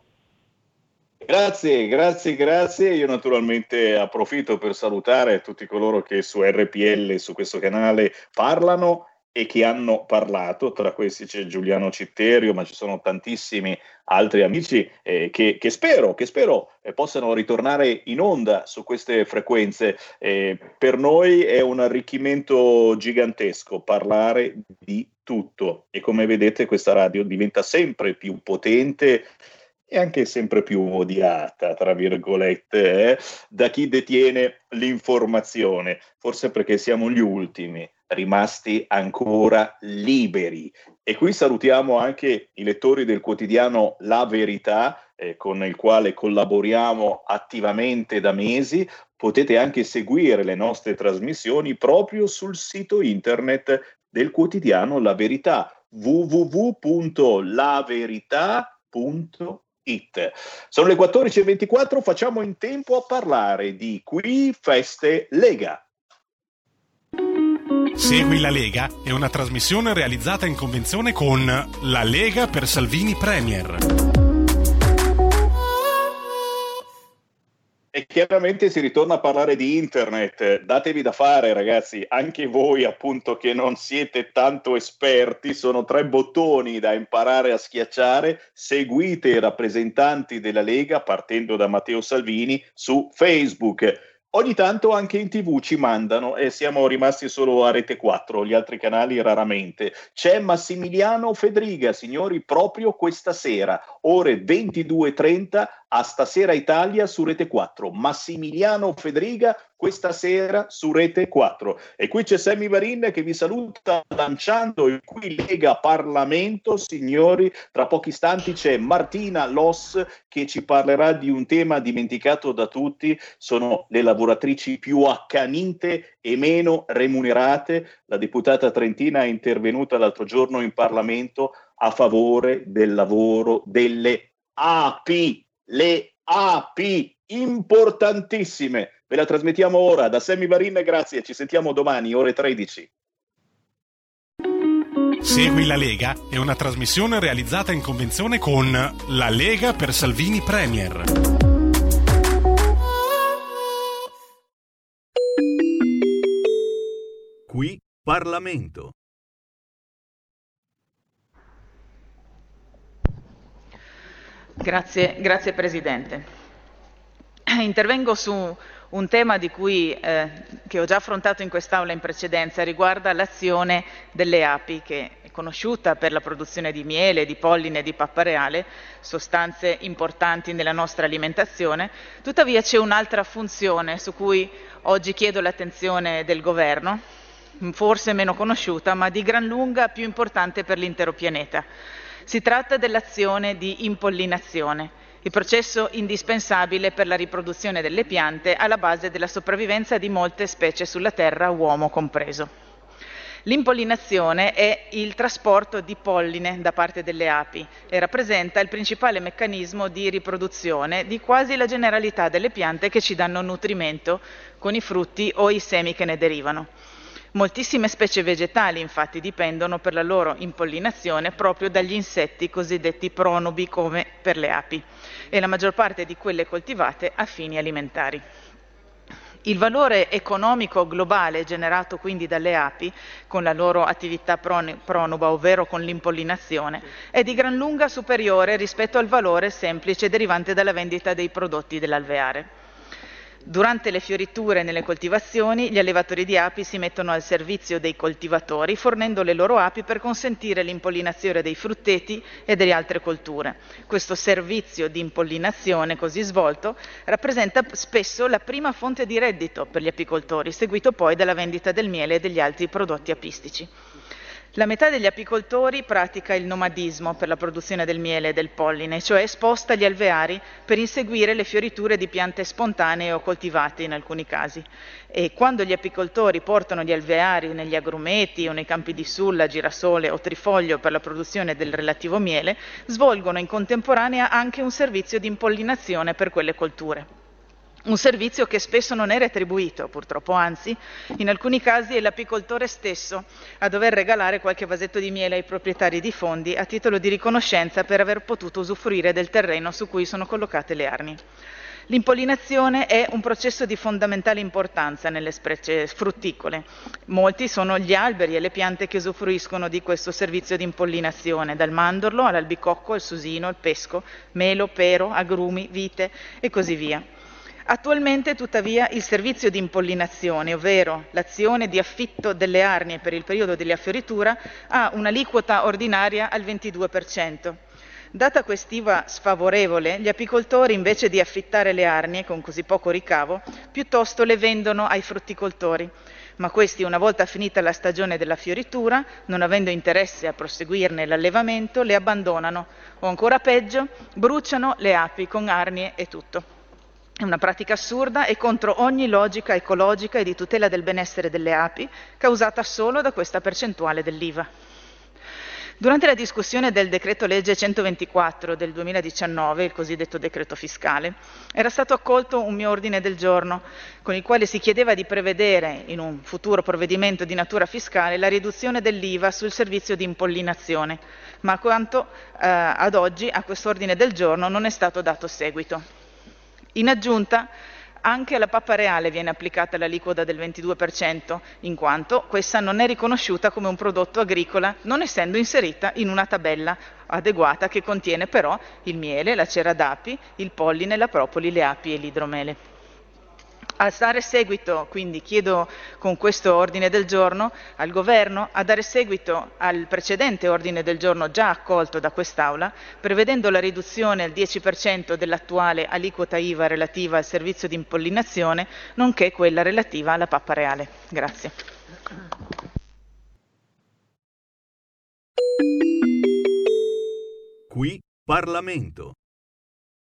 Grazie. Io naturalmente approfitto per salutare tutti coloro che su RPL, su questo canale, parlano e che hanno parlato. Tra questi c'è Giuliano Citerio, ma ci sono tantissimi altri amici che spero possano ritornare in onda su queste frequenze. Per noi è un arricchimento gigantesco parlare di tutto, e come vedete questa radio diventa sempre più potente e anche sempre più odiata, tra virgolette, da chi detiene l'informazione, forse perché siamo gli ultimi rimasti ancora liberi. E qui salutiamo anche i lettori del quotidiano La Verità, con il quale collaboriamo attivamente da mesi. Potete anche seguire le nostre trasmissioni proprio sul sito internet del quotidiano La Verità, www.laverità.it. Sono le 14:24, facciamo in tempo a parlare di Qui Feste Lega. Segui la Lega è una trasmissione realizzata in convenzione con La Lega per Salvini Premier. E chiaramente si ritorna a parlare di internet. Datevi da fare, ragazzi, anche voi appunto che non siete tanto esperti, sono 3 bottoni da imparare a schiacciare. Seguite i rappresentanti della Lega, partendo da Matteo Salvini, su Facebook. Ogni tanto anche in TV ci mandano, e siamo rimasti solo a Rete 4, gli altri canali raramente. C'è Massimiliano Fedriga, signori, proprio questa sera, ore 22:30, a Stasera Italia su Rete 4. Massimiliano Fedriga questa sera su Rete 4. E qui c'è Sammy Varin che vi saluta lanciando il Qui Lega Parlamento, signori. Tra pochi istanti c'è Martina Loss che ci parlerà di un tema dimenticato da tutti, sono le lavoratrici più accanite e meno remunerate. La deputata trentina è intervenuta l'altro giorno in Parlamento a favore del lavoro delle api, le api importantissime. Ve la trasmettiamo ora da Sammy Varin, grazie, ci sentiamo domani ore 13. Segui la Lega è una trasmissione realizzata in convenzione con La Lega per Salvini Premier. Qui Parlamento. Grazie Presidente. Intervengo su un tema di cui, che ho già affrontato in quest'Aula in precedenza, riguarda l'azione delle api, che è conosciuta per la produzione di miele, di polline e di pappa reale, sostanze importanti nella nostra alimentazione. Tuttavia c'è un'altra funzione su cui oggi chiedo l'attenzione del Governo, forse meno conosciuta, ma di gran lunga più importante per l'intero pianeta. Si tratta dell'azione di impollinazione, il processo indispensabile per la riproduzione delle piante alla base della sopravvivenza di molte specie sulla Terra, uomo compreso. L'impollinazione è il trasporto di polline da parte delle api e rappresenta il principale meccanismo di riproduzione di quasi la generalità delle piante che ci danno nutrimento con i frutti o i semi che ne derivano. Moltissime specie vegetali infatti dipendono per la loro impollinazione proprio dagli insetti cosiddetti pronubi come per le api e la maggior parte di quelle coltivate a fini alimentari. Il valore economico globale generato quindi dalle api con la loro attività pronuba, ovvero con l'impollinazione, è di gran lunga superiore rispetto al valore semplice derivante dalla vendita dei prodotti dell'alveare. Durante le fioriture nelle coltivazioni, gli allevatori di api si mettono al servizio dei coltivatori, fornendo le loro api per consentire l'impollinazione dei frutteti e delle altre colture. Questo servizio di impollinazione così svolto rappresenta spesso la prima fonte di reddito per gli apicoltori, seguito poi dalla vendita del miele e degli altri prodotti apistici. La metà degli apicoltori pratica il nomadismo per la produzione del miele e del polline, cioè sposta gli alveari per inseguire le fioriture di piante spontanee o coltivate in alcuni casi. E quando gli apicoltori portano gli alveari negli agrumeti o nei campi di sulla, girasole o trifoglio per la produzione del relativo miele, svolgono in contemporanea anche un servizio di impollinazione per quelle colture. Un servizio che spesso non è retribuito, purtroppo, anzi, in alcuni casi è l'apicoltore stesso a dover regalare qualche vasetto di miele ai proprietari di fondi a titolo di riconoscenza per aver potuto usufruire del terreno su cui sono collocate le arnie. L'impollinazione è un processo di fondamentale importanza nelle specie frutticole. Molti sono gli alberi e le piante che usufruiscono di questo servizio di impollinazione, dal mandorlo all'albicocco, al susino, al pesco, melo, pero, agrumi, vite e così via. Attualmente, tuttavia, il servizio di impollinazione, ovvero l'azione di affitto delle arnie per il periodo della fioritura, ha un'aliquota ordinaria al 22%. Data quest'IVA sfavorevole, gli apicoltori, invece di affittare le arnie con così poco ricavo, piuttosto le vendono ai frutticoltori. Ma questi, una volta finita la stagione della fioritura, non avendo interesse a proseguirne l'allevamento, le abbandonano o, ancora peggio, bruciano le api con arnie e tutto. È una pratica assurda e contro ogni logica ecologica e di tutela del benessere delle api, causata solo da questa percentuale dell'IVA. Durante la discussione del decreto legge 124 del 2019, il cosiddetto decreto fiscale, era stato accolto un mio ordine del giorno con il quale si chiedeva di prevedere in un futuro provvedimento di natura fiscale la riduzione dell'IVA sul servizio di impollinazione, ma quanto ad oggi a quest'ordine del giorno non è stato dato seguito. In aggiunta, anche alla pappa reale viene applicata l'aliquota del 22%, in quanto questa non è riconosciuta come un prodotto agricola, non essendo inserita in una tabella adeguata che contiene però il miele, la cera d'api, il polline, la propoli, le api e l'idromele. A dare seguito, quindi chiedo con questo ordine del giorno al Governo a dare seguito al precedente ordine del giorno già accolto da quest'Aula, prevedendo la riduzione al 10% dell'attuale aliquota IVA relativa al servizio di impollinazione, nonché quella relativa alla pappa reale. Grazie. Qui Parlamento.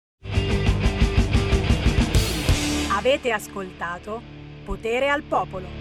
Avete ascoltato Potere al Popolo.